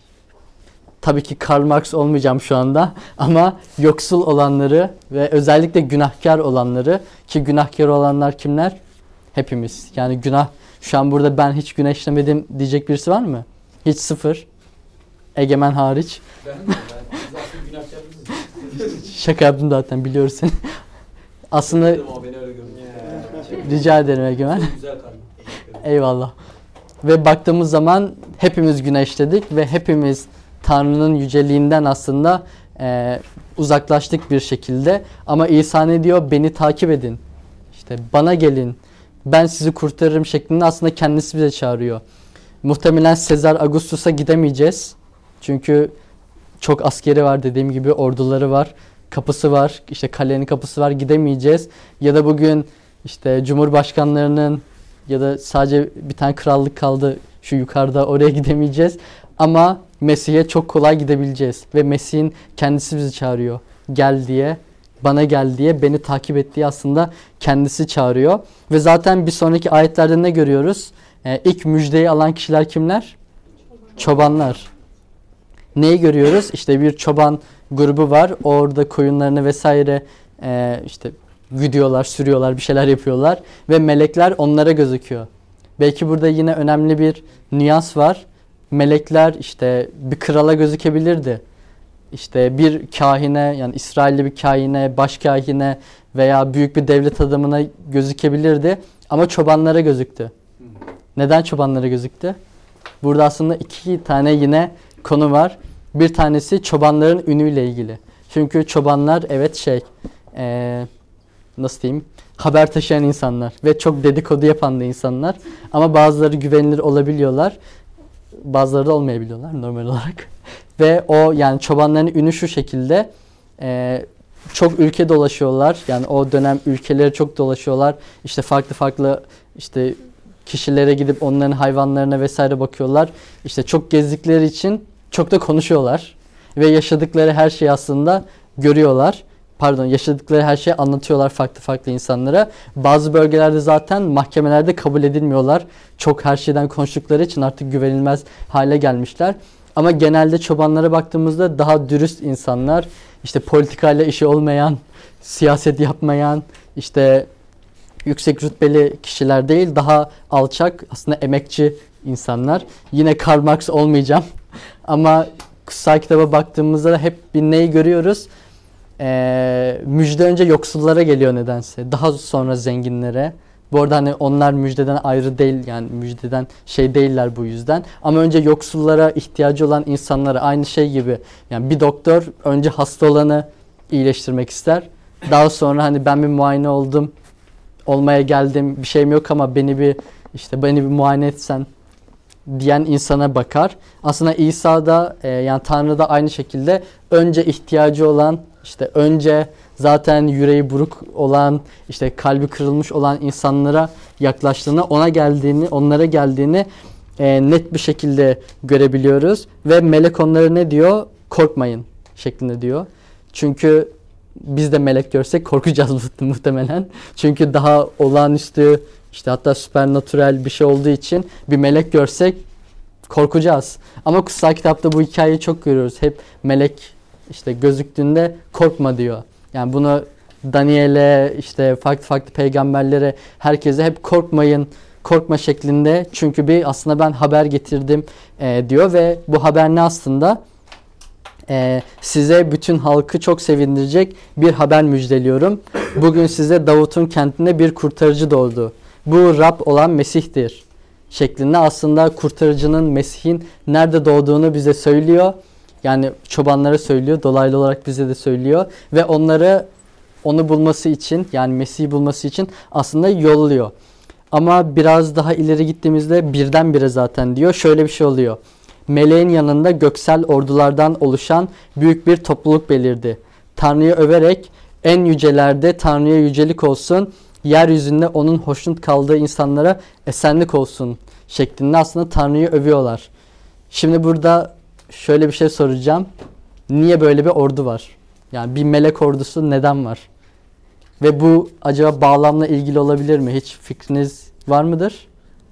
tabii ki Karl Marx olmayacağım şu anda ama yoksul olanları ve özellikle günahkar olanları, ki günahkar olanlar kimler? Hepimiz. Yani günah, şu an burada ben hiç günah işlemedim diyecek birisi var mı? Hiç, sıfır. Egemen hariç.
Ben mi? Ben zaten günahkar mısınız?
Şaka yaptım zaten, biliyoruz seni. Aslında
Ama beni öyle görmüyor.
rica ederim Egemen.
Çok güzel karnım.
Eyvallah. Ve baktığımız zaman hepimiz günah işledik ve hepimiz Tanrı'nın yüceliğinden aslında e, uzaklaştık bir şekilde. Ama İsa ne diyor? Beni takip edin. İşte bana gelin. Ben sizi kurtarırım şeklinde aslında kendisi bize çağırıyor. Muhtemelen Sezar Augustus'a gidemeyeceğiz. Çünkü çok askeri var, dediğim gibi orduları var. Kapısı var. İşte kalenin kapısı var. Gidemeyeceğiz. Ya da bugün işte cumhurbaşkanlarının ya da sadece bir tane krallık kaldı şu yukarıda, oraya gidemeyeceğiz. Ama Mesih'e çok kolay gidebileceğiz. Ve Mesih'in kendisi bizi çağırıyor. Gel diye, bana gel diye, beni takip et diye aslında kendisi çağırıyor. Ve zaten bir sonraki ayetlerde ne görüyoruz? Ee, ilk müjdeyi alan kişiler kimler? Çobanlar. Neyi görüyoruz? İşte bir çoban grubu var. Orada koyunlarını vesaire e, işte güdüyorlar, sürüyorlar, bir şeyler yapıyorlar. Ve melekler onlara gözüküyor. Belki burada yine önemli bir nüans var. Melekler işte bir krala gözükebilirdi. İşte bir kahine, yani İsrailli bir kahine, başkahine veya büyük bir devlet adamına gözükebilirdi. Ama çobanlara gözüktü. Neden çobanlara gözüktü? Burada aslında iki tane yine konu var. Bir tanesi çobanların ünüyle ilgili. Çünkü çobanlar evet şey ee, nasıl diyeyim haber taşıyan insanlar ve çok dedikodu yapan da insanlar. Ama bazıları güvenilir olabiliyorlar. Bazıları da olmayabiliyorlar normal olarak. Ve o yani çobanların ünü şu şekilde ee, çok ülke dolaşıyorlar. Yani o dönem ülkeleri çok dolaşıyorlar. İşte farklı farklı işte kişilere gidip onların hayvanlarına vesaire bakıyorlar. İşte çok gezdikleri için çok da konuşuyorlar. Ve yaşadıkları her şeyi aslında görüyorlar. Pardon, yaşadıkları her şeyi anlatıyorlar farklı farklı insanlara. Bazı bölgelerde zaten mahkemelerde kabul edilmiyorlar. Çok her şeyden konuştukları için artık güvenilmez hale gelmişler. Ama genelde çobanlara baktığımızda daha dürüst insanlar, işte politikayla işi olmayan, siyaset yapmayan, işte yüksek rütbeli kişiler değil, daha alçak, aslında emekçi insanlar. Yine Karl Marx olmayacağım ama kutsal kitaba baktığımızda da hep bir neyi görüyoruz? Ee, müjde önce yoksullara geliyor nedense. Daha sonra zenginlere. Bu arada hani onlar müjdeden ayrı değil, yani müjdeden şey değiller bu yüzden. Ama önce yoksullara, ihtiyacı olan insanlara, aynı şey gibi. Yani bir doktor önce hasta olanı iyileştirmek ister. Daha sonra hani ben bir muayene oldum, olmaya geldim, bir şeyim yok ama beni bir işte beni bir muayene etsen diyen insana bakar. Aslında İsa da e, yani Tanrı da aynı şekilde önce ihtiyacı olan, işte önce zaten yüreği buruk olan, işte kalbi kırılmış olan insanlara yaklaştığını, ona geldiğini, onlara geldiğini e, net bir şekilde görebiliyoruz. Ve melek onlara ne diyor? Korkmayın şeklinde diyor. Çünkü biz de melek görsek korkacağız muhtemelen. Çünkü daha olağanüstü, işte hatta süpernatürel bir şey olduğu için bir melek görsek korkacağız. Ama kutsal kitapta bu hikayeyi çok görüyoruz. Hep melek işte gözüktüğünde korkma diyor. Yani bunu Daniel'e, işte farklı farklı peygamberlere, herkese hep korkmayın, korkma şeklinde. Çünkü bir aslında ben haber getirdim e, diyor ve bu haber ne aslında? E, size bütün halkı çok sevindirecek bir haber müjdeliyorum. Bugün size Davut'un kentinde bir kurtarıcı doğdu. Bu Rab olan Mesih'tir şeklinde aslında kurtarıcının, Mesih'in nerede doğduğunu bize söylüyor. Yani çobanlara söylüyor, dolaylı olarak bize de söylüyor ve onları onu bulması için, yani Mesih'i bulması için aslında yolluyor. Ama biraz daha ileri gittiğimizde birdenbire zaten diyor, şöyle bir şey oluyor. Meleğin yanında göksel ordulardan oluşan büyük bir topluluk belirdi. Tanrı'yı överek en yücelerde Tanrı'ya yücelik olsun, yeryüzünde onun hoşnut kaldığı insanlara esenlik olsun şeklinde aslında Tanrı'yı övüyorlar. Şimdi burada şöyle bir şey soracağım. Niye böyle bir ordu var? Yani bir melek ordusu neden var? Ve bu acaba bağlamla ilgili olabilir mi? Hiç fikriniz var mıdır?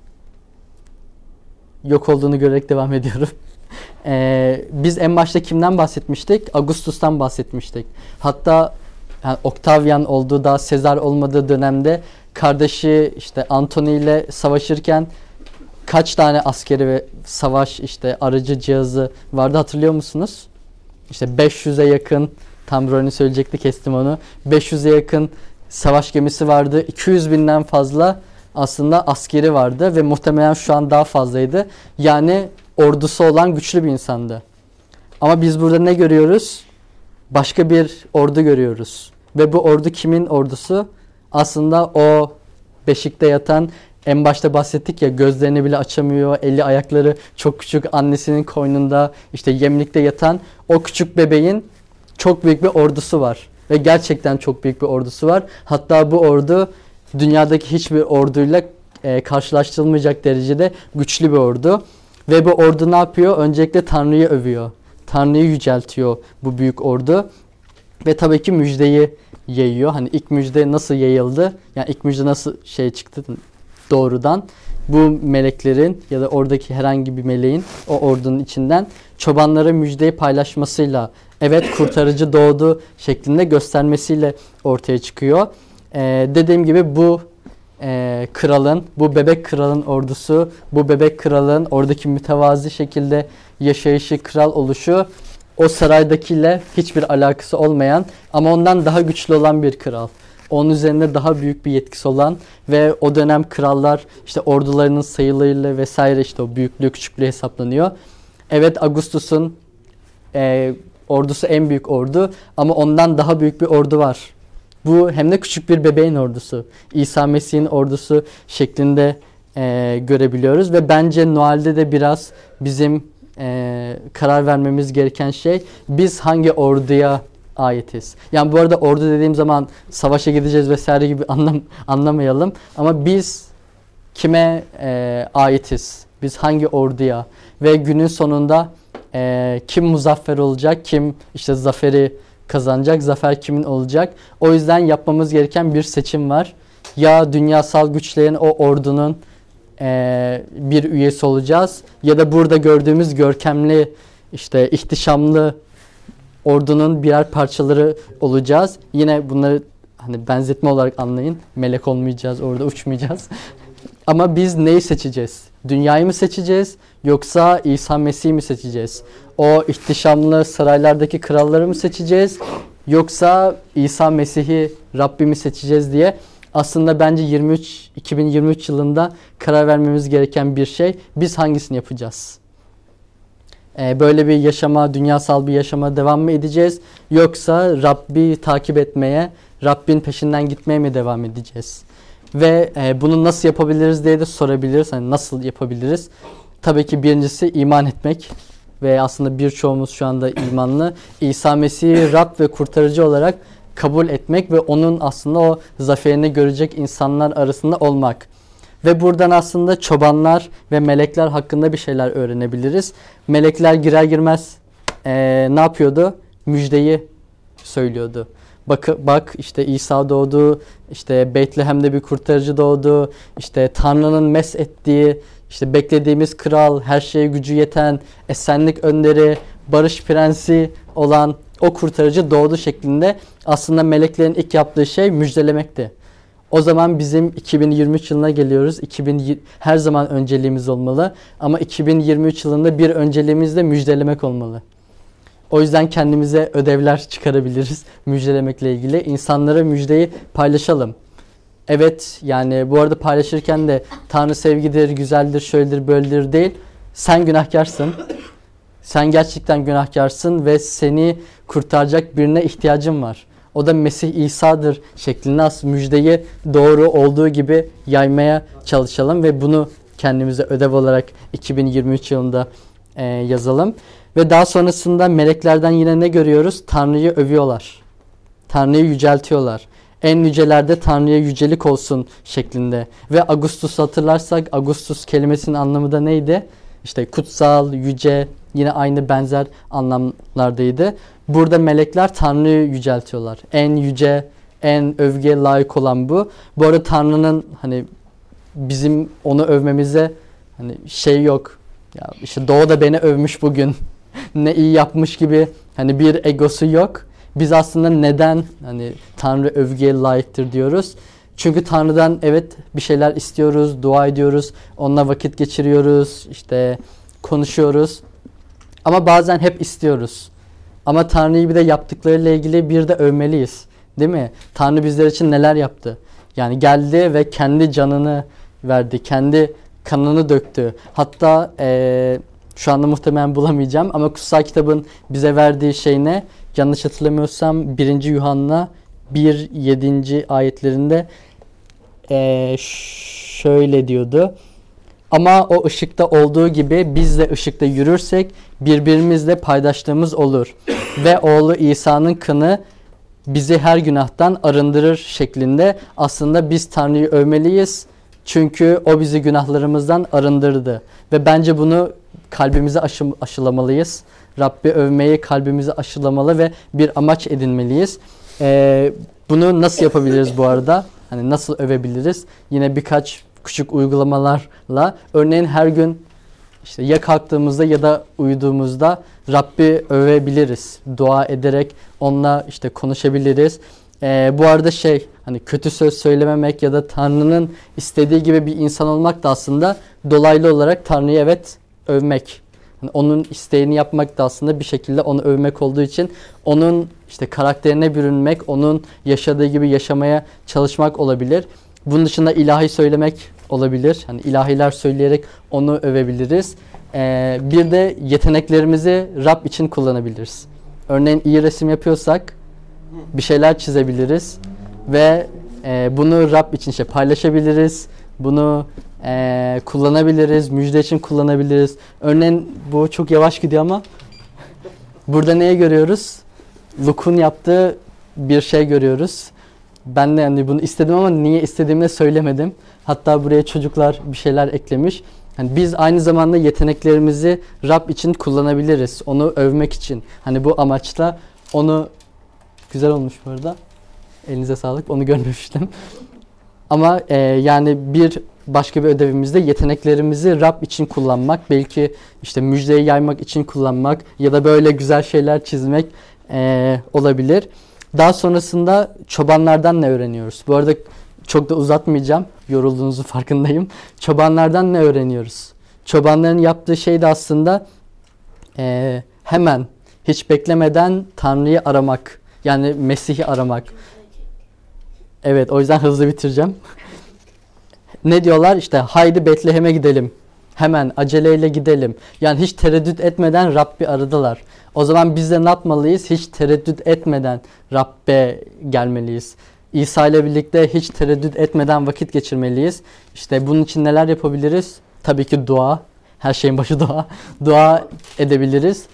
Yok olduğunu görerek devam ediyorum. Ee, biz en başta kimden bahsetmiştik? Augustus'tan bahsetmiştik. Hatta yani Octavian olduğu, daha Sezar olmadığı dönemde kardeşi işte Antony ile savaşırken kaç tane askeri ve savaş işte aracı cihazı vardı, hatırlıyor musunuz? İşte beş yüze yakın, tam rolünü söyleyecekti, kestim onu. beş yüze yakın savaş gemisi vardı. iki yüz binden fazla aslında askeri vardı ve muhtemelen şu an daha fazlaydı. Yani ordusu olan güçlü bir insandı. Ama biz burada ne görüyoruz? Başka bir ordu görüyoruz. Ve bu ordu kimin ordusu? Aslında o beşikte yatan, en başta bahsettik ya, gözlerini bile açamıyor, eli ayakları çok küçük, annesinin koynunda işte yemlikte yatan o küçük bebeğin çok büyük bir ordusu var. Ve gerçekten çok büyük bir ordusu var. Hatta bu ordu dünyadaki hiçbir orduyla e, karşılaştırılmayacak derecede güçlü bir ordu. Ve bu ordu ne yapıyor? Öncelikle Tanrı'yı övüyor. Tanrı'yı yüceltiyor bu büyük ordu. Ve tabii ki müjdeyi yayıyor. Hani ilk müjde nasıl yayıldı? Yani ilk müjde nasıl şey çıktı doğrudan? Bu meleklerin ya da oradaki herhangi bir meleğin o ordunun içinden çobanlara müjdeyi paylaşmasıyla, evet kurtarıcı doğdu şeklinde göstermesiyle ortaya çıkıyor. Ee, dediğim gibi bu e, kralın, bu bebek kralın ordusu, bu bebek kralın oradaki mütevazi şekilde yaşayışı, kral oluşu, o saraydakiyle hiçbir alakası olmayan ama ondan daha güçlü olan bir kral. Onun üzerinde daha büyük bir yetkisi olan ve o dönem krallar işte ordularının sayılarıyla vesaire işte o büyüklüğü küçüklüğü hesaplanıyor. Evet, Augustus'un e, ordusu en büyük ordu ama ondan daha büyük bir ordu var. Bu hem de küçük bir bebeğin ordusu. İsa Mesih'in ordusu şeklinde e, görebiliyoruz ve bence Noel'de de biraz bizim e, karar vermemiz gereken şey, biz hangi orduya aitiz. Yani bu arada ordu dediğim zaman savaşa gideceğiz vesaire gibi anlam anlamayalım ama biz kime e, aitiz? Biz hangi orduya? Ve günün sonunda e, kim muzaffer olacak? Kim işte zaferi kazanacak? Zafer kimin olacak? O yüzden yapmamız gereken bir seçim var. Ya dünyasal güçlerin o ordunun e, bir üyesi olacağız ya da burada gördüğümüz görkemli, işte ihtişamlı ordunun birer parçaları olacağız. Yine bunları hani benzetme olarak anlayın. Melek olmayacağız, orada uçmayacağız. Ama biz neyi seçeceğiz? Dünyayı mı seçeceğiz yoksa İsa Mesih'i mi seçeceğiz? O ihtişamlı saraylardaki kralları mı seçeceğiz yoksa İsa Mesih'i, Rabbimi seçeceğiz diye aslında bence yirmi üç iki bin yirmi üç yılında karar vermemiz gereken bir şey. Biz hangisini yapacağız? Ee, böyle bir yaşama, dünyasal bir yaşama devam mı edeceğiz yoksa Rabbi takip etmeye, Rabbin peşinden gitmeye mi devam edeceğiz? Ve e, bunu nasıl yapabiliriz diye de sorabiliriz. Hani nasıl yapabiliriz? Tabii ki birincisi iman etmek ve aslında birçoğumuz şu anda imanlı. İsa Mesih'i Rab ve kurtarıcı olarak kabul etmek ve onun aslında o zaferini görecek insanlar arasında olmak. Ve buradan aslında çobanlar ve melekler hakkında bir şeyler öğrenebiliriz. Melekler girer girmez e, ne yapıyordu? Müjdeyi söylüyordu. Bak, bak işte İsa doğdu, işte Betlehem'de bir kurtarıcı doğdu, işte Tanrı'nın mes ettiği, işte beklediğimiz kral, her şeye gücü yeten, esenlik önderi, barış prensi olan o kurtarıcı doğdu şeklinde aslında meleklerin ilk yaptığı şey müjdelemekti. O zaman bizim iki bin yirmi üç yılına geliyoruz. iki bin her zaman önceliğimiz olmalı ama iki bin yirmi üç yılında bir önceliğimiz de müjdelemek olmalı. O yüzden kendimize ödevler çıkarabiliriz müjdelemekle ilgili. İnsanlara müjdeyi paylaşalım. Evet, yani bu arada paylaşırken de Tanrı sevgidir, güzeldir, şöyledir, böyledir değil. Sen günahkarsın. Sen gerçekten günahkarsın ve seni kurtaracak birine ihtiyacın var. O da Mesih İsa'dır şeklinde aslında müjdeyi doğru olduğu gibi yaymaya çalışalım ve bunu kendimize ödev olarak iki bin yirmi üç yılında e, yazalım. Ve daha sonrasında meleklerden yine ne görüyoruz? Tanrı'yı övüyorlar. Tanrı'yı yüceltiyorlar. En yücelerde Tanrı'ya yücelik olsun şeklinde. Ve Augustus hatırlarsak Augustus kelimesinin anlamı da neydi? İşte kutsal, yüce, yine aynı benzer anlamlardaydı. Burada melekler Tanrı'yı yüceltiyorlar. En yüce, en övgüye layık olan bu. Bu arada Tanrı'nın hani bizim onu övmemize hani şey yok. Ya işte Doğu da beni övmüş bugün. Ne iyi yapmış gibi hani bir egosu yok. Biz aslında neden hani Tanrı övgüye layıktır diyoruz? Çünkü Tanrı'dan evet bir şeyler istiyoruz, dua ediyoruz, onunla vakit geçiriyoruz, işte konuşuyoruz. Ama bazen hep istiyoruz. Ama Tanrı'yı bir de yaptıklarıyla ilgili bir de övmeliyiz. Değil mi? Tanrı bizler için neler yaptı? Yani geldi ve kendi canını verdi, kendi kanını döktü. Hatta eee şu anda muhtemelen bulamayacağım ama kutsal kitabın bize verdiği şey ne? Yanlış hatırlamıyorsam birinci Yuhanna bir yedinci ayetlerinde ee, şöyle diyordu. Ama o ışıkta olduğu gibi biz de ışıkta yürürsek birbirimizle paydaşlığımız olur. Ve oğlu İsa'nın kanı bizi her günahtan arındırır şeklinde aslında biz Tanrı'yı övmeliyiz. Çünkü o bizi günahlarımızdan arındırdı. Ve bence bunu kalbimize aşı, aşılamalıyız. Rabbi övmeyi kalbimize aşılamalı ve bir amaç edinmeliyiz. Ee, bunu nasıl yapabiliriz bu arada? Hani nasıl övebiliriz? Yine birkaç küçük uygulamalarla. Örneğin her gün işte ya kalktığımızda ya da uyuduğumuzda Rabbi övebiliriz. Dua ederek onunla işte konuşabiliriz. Ee, bu arada şey hani kötü söz söylememek ya da Tanrı'nın istediği gibi bir insan olmak da aslında dolaylı olarak Tanrı'yı evet övmek. Yani onun isteğini yapmak da aslında bir şekilde onu övmek olduğu için onun işte karakterine bürünmek, onun yaşadığı gibi yaşamaya çalışmak olabilir. Bunun dışında ilahi söylemek olabilir. Hani ilahiler söyleyerek onu övebiliriz. Ee, bir de yeteneklerimizi Rab için kullanabiliriz. Örneğin iyi resim yapıyorsak bir şeyler çizebiliriz ve e, bunu Rab için işte paylaşabiliriz. Bunu e, kullanabiliriz, müjde için kullanabiliriz. Örneğin bu çok yavaş gidiyor ama burada neyi görüyoruz? Luke'un yaptığı bir şey görüyoruz. Ben de yani bunu istedim ama niye istediğimi de söylemedim. Hatta buraya çocuklar bir şeyler eklemiş. Yani biz aynı zamanda yeteneklerimizi Rab için kullanabiliriz. Onu övmek için. Hani bu amaçla onu güzel olmuş bu arada. Elinize sağlık. Onu görmemiştim. Ama e, yani bir başka bir ödevimizde yeteneklerimizi Rab için kullanmak. Belki işte müjdeyi yaymak için kullanmak ya da böyle güzel şeyler çizmek e, olabilir. Daha sonrasında çobanlardan ne öğreniyoruz? Bu arada çok da uzatmayacağım. Yorulduğunuzu farkındayım. Çobanlardan ne öğreniyoruz? Çobanların yaptığı şey de aslında e, hemen, hiç beklemeden Tanrı'yı aramak. Yani Mesih'i aramak. Evet, o yüzden hızlı bitireceğim. Ne diyorlar? İşte haydi Betlehem'e gidelim. Hemen aceleyle gidelim. Yani hiç tereddüt etmeden Rabbi aradılar. O zaman biz de ne yapmalıyız? Hiç tereddüt etmeden Rabbe gelmeliyiz. İsa ile birlikte hiç tereddüt etmeden vakit geçirmeliyiz. İşte bunun için neler yapabiliriz? Tabii ki dua. Her şeyin başı dua. Dua edebiliriz.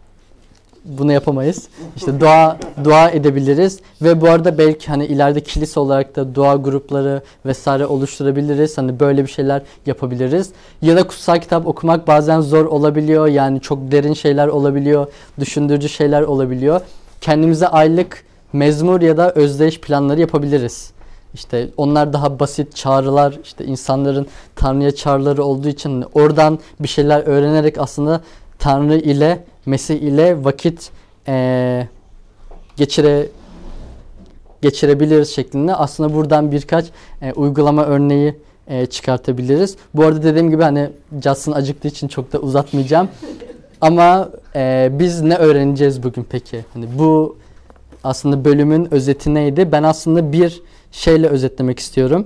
Bunu yapamayız. İşte dua dua edebiliriz ve bu arada belki hani ileride kilise olarak da dua grupları vesaire oluşturabiliriz. Hani böyle bir şeyler yapabiliriz. Ya da kutsal kitap okumak bazen zor olabiliyor. Yani çok derin şeyler olabiliyor. Düşündürücü şeyler olabiliyor. Kendimize aylık mezmur ya da özdeyiş planları yapabiliriz. İşte onlar daha basit çağrılar, işte insanların Tanrı'ya çağrıları olduğu için oradan bir şeyler öğrenerek aslında Tanrı ile, Mesih ile vakit e, geçire geçirebiliriz şeklinde. Aslında buradan birkaç e, uygulama örneği e, çıkartabiliriz. Bu arada dediğim gibi hani Justin acıktığı için çok da uzatmayacağım. Ama e, biz ne öğreneceğiz bugün peki? Hani bu aslında bölümün özeti neydi? Ben aslında bir şeyle özetlemek istiyorum.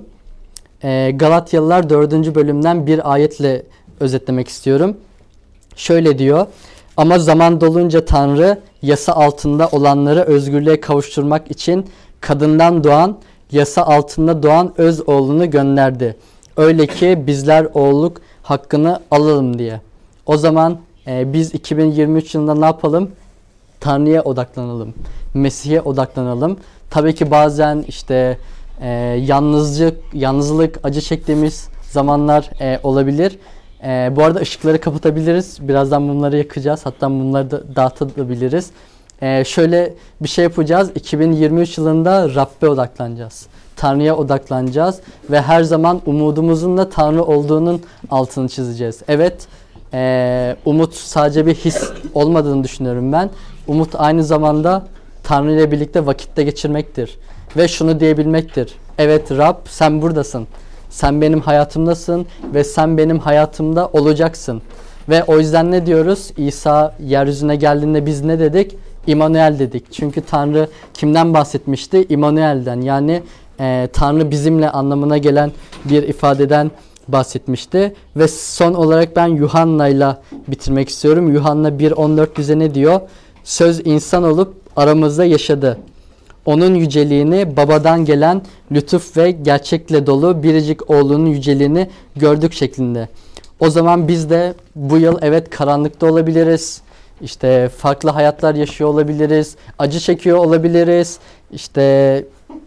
E, Galatyalılar dördüncü bölümden bir ayetle özetlemek istiyorum. Şöyle diyor: ama zaman dolunca Tanrı yasa altında olanları özgürlüğe kavuşturmak için kadından doğan, yasa altında doğan öz oğlunu gönderdi. Öyle ki bizler oğulluk hakkını alalım diye. O zaman e, biz iki bin yirmi üç yılında ne yapalım? Tanrı'ya odaklanalım. Mesih'e odaklanalım. Tabii ki bazen işte e, yalnızlık, yalnızlık, acı çektiğimiz zamanlar e, olabilir. Ee, bu arada ışıkları kapatabiliriz. Birazdan mumları yakacağız. Hatta mumları da dağıtabiliriz. Ee, şöyle bir şey yapacağız. iki bin yirmi üç yılında Rabbe odaklanacağız. Tanrı'ya odaklanacağız. Ve her zaman umudumuzun da Tanrı olduğunun altını çizeceğiz. Evet, e, umut sadece bir his olmadığını düşünüyorum ben. Umut aynı zamanda Tanrı ile birlikte vakitte geçirmektir. Ve şunu diyebilmektir: evet Rab, sen buradasın. Sen benim hayatımdasın ve sen benim hayatımda olacaksın. Ve o yüzden ne diyoruz? İsa yeryüzüne geldiğinde biz ne dedik? İmmanuel dedik. Çünkü Tanrı kimden bahsetmişti? İmmanuel'den. Yani e, Tanrı bizimle anlamına gelen bir ifadeden bahsetmişti. Ve son olarak ben Yuhanna'yla bitirmek istiyorum. Yuhanna bir on dört bize ne diyor? Söz insan olup aramızda yaşadı. Onun yüceliğini, babadan gelen lütuf ve gerçekle dolu biricik oğlunun yüceliğini gördük şeklinde. O zaman biz de bu yıl evet karanlıkta olabiliriz. İşte farklı hayatlar yaşıyor olabiliriz. Acı çekiyor olabiliriz. İşte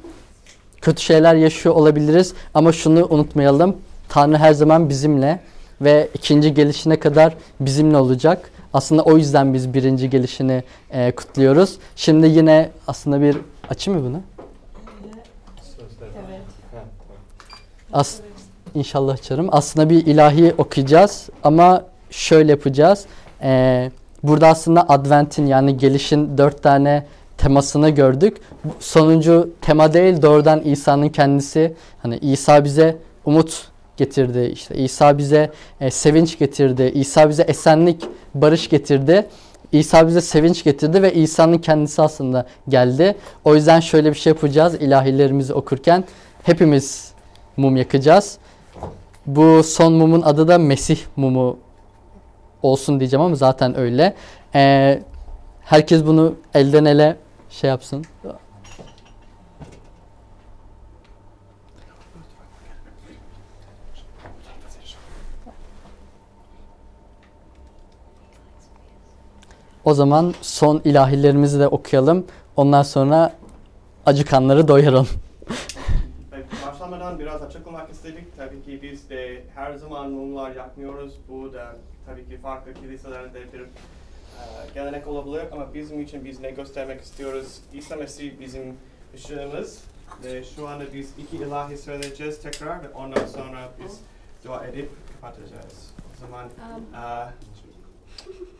kötü şeyler yaşıyor olabiliriz. Ama şunu unutmayalım: Tanrı her zaman bizimle ve ikinci gelişine kadar bizimle olacak. Aslında o yüzden biz birinci gelişini e, kutluyoruz. Şimdi yine aslında bir açayım mı bunu?
Evet.
As İnşallah açarım. Aslında bir ilahi okuyacağız ama şöyle yapacağız. Ee, burada aslında Advent'in yani gelişin dört tane temasını gördük. Sonuncu tema değil, doğrudan İsa'nın kendisi. Hani İsa bize umut getirdi. İşte İsa bize e, sevinç getirdi. İsa bize esenlik, barış getirdi. İsa bize sevinç getirdi ve İsa'nın kendisi aslında geldi. O yüzden şöyle bir şey yapacağız. İlahilerimizi okurken hepimiz mum yakacağız. Bu son mumun adı da Mesih mumu olsun diyeceğim ama zaten öyle. Ee, herkes bunu elden ele şey yapsın. O zaman son ilahilerimizi de okuyalım. Ondan sonra acıkanları doyuralım.
Ve başlamadan biraz açıklamak istedik. Tabii ki biz de her zaman mumlar yakmıyoruz. Bu da tabii ki farklı kiliselerinde bir e, gelenek olabilir ama bizim için biz ne göstermek istiyoruz? İsa Mesih bizim ışığımız ve şu anda biz iki ilahi söyleyeceğiz tekrar ve ondan sonra biz dua edip kapatacağız. O zaman
Um,
e,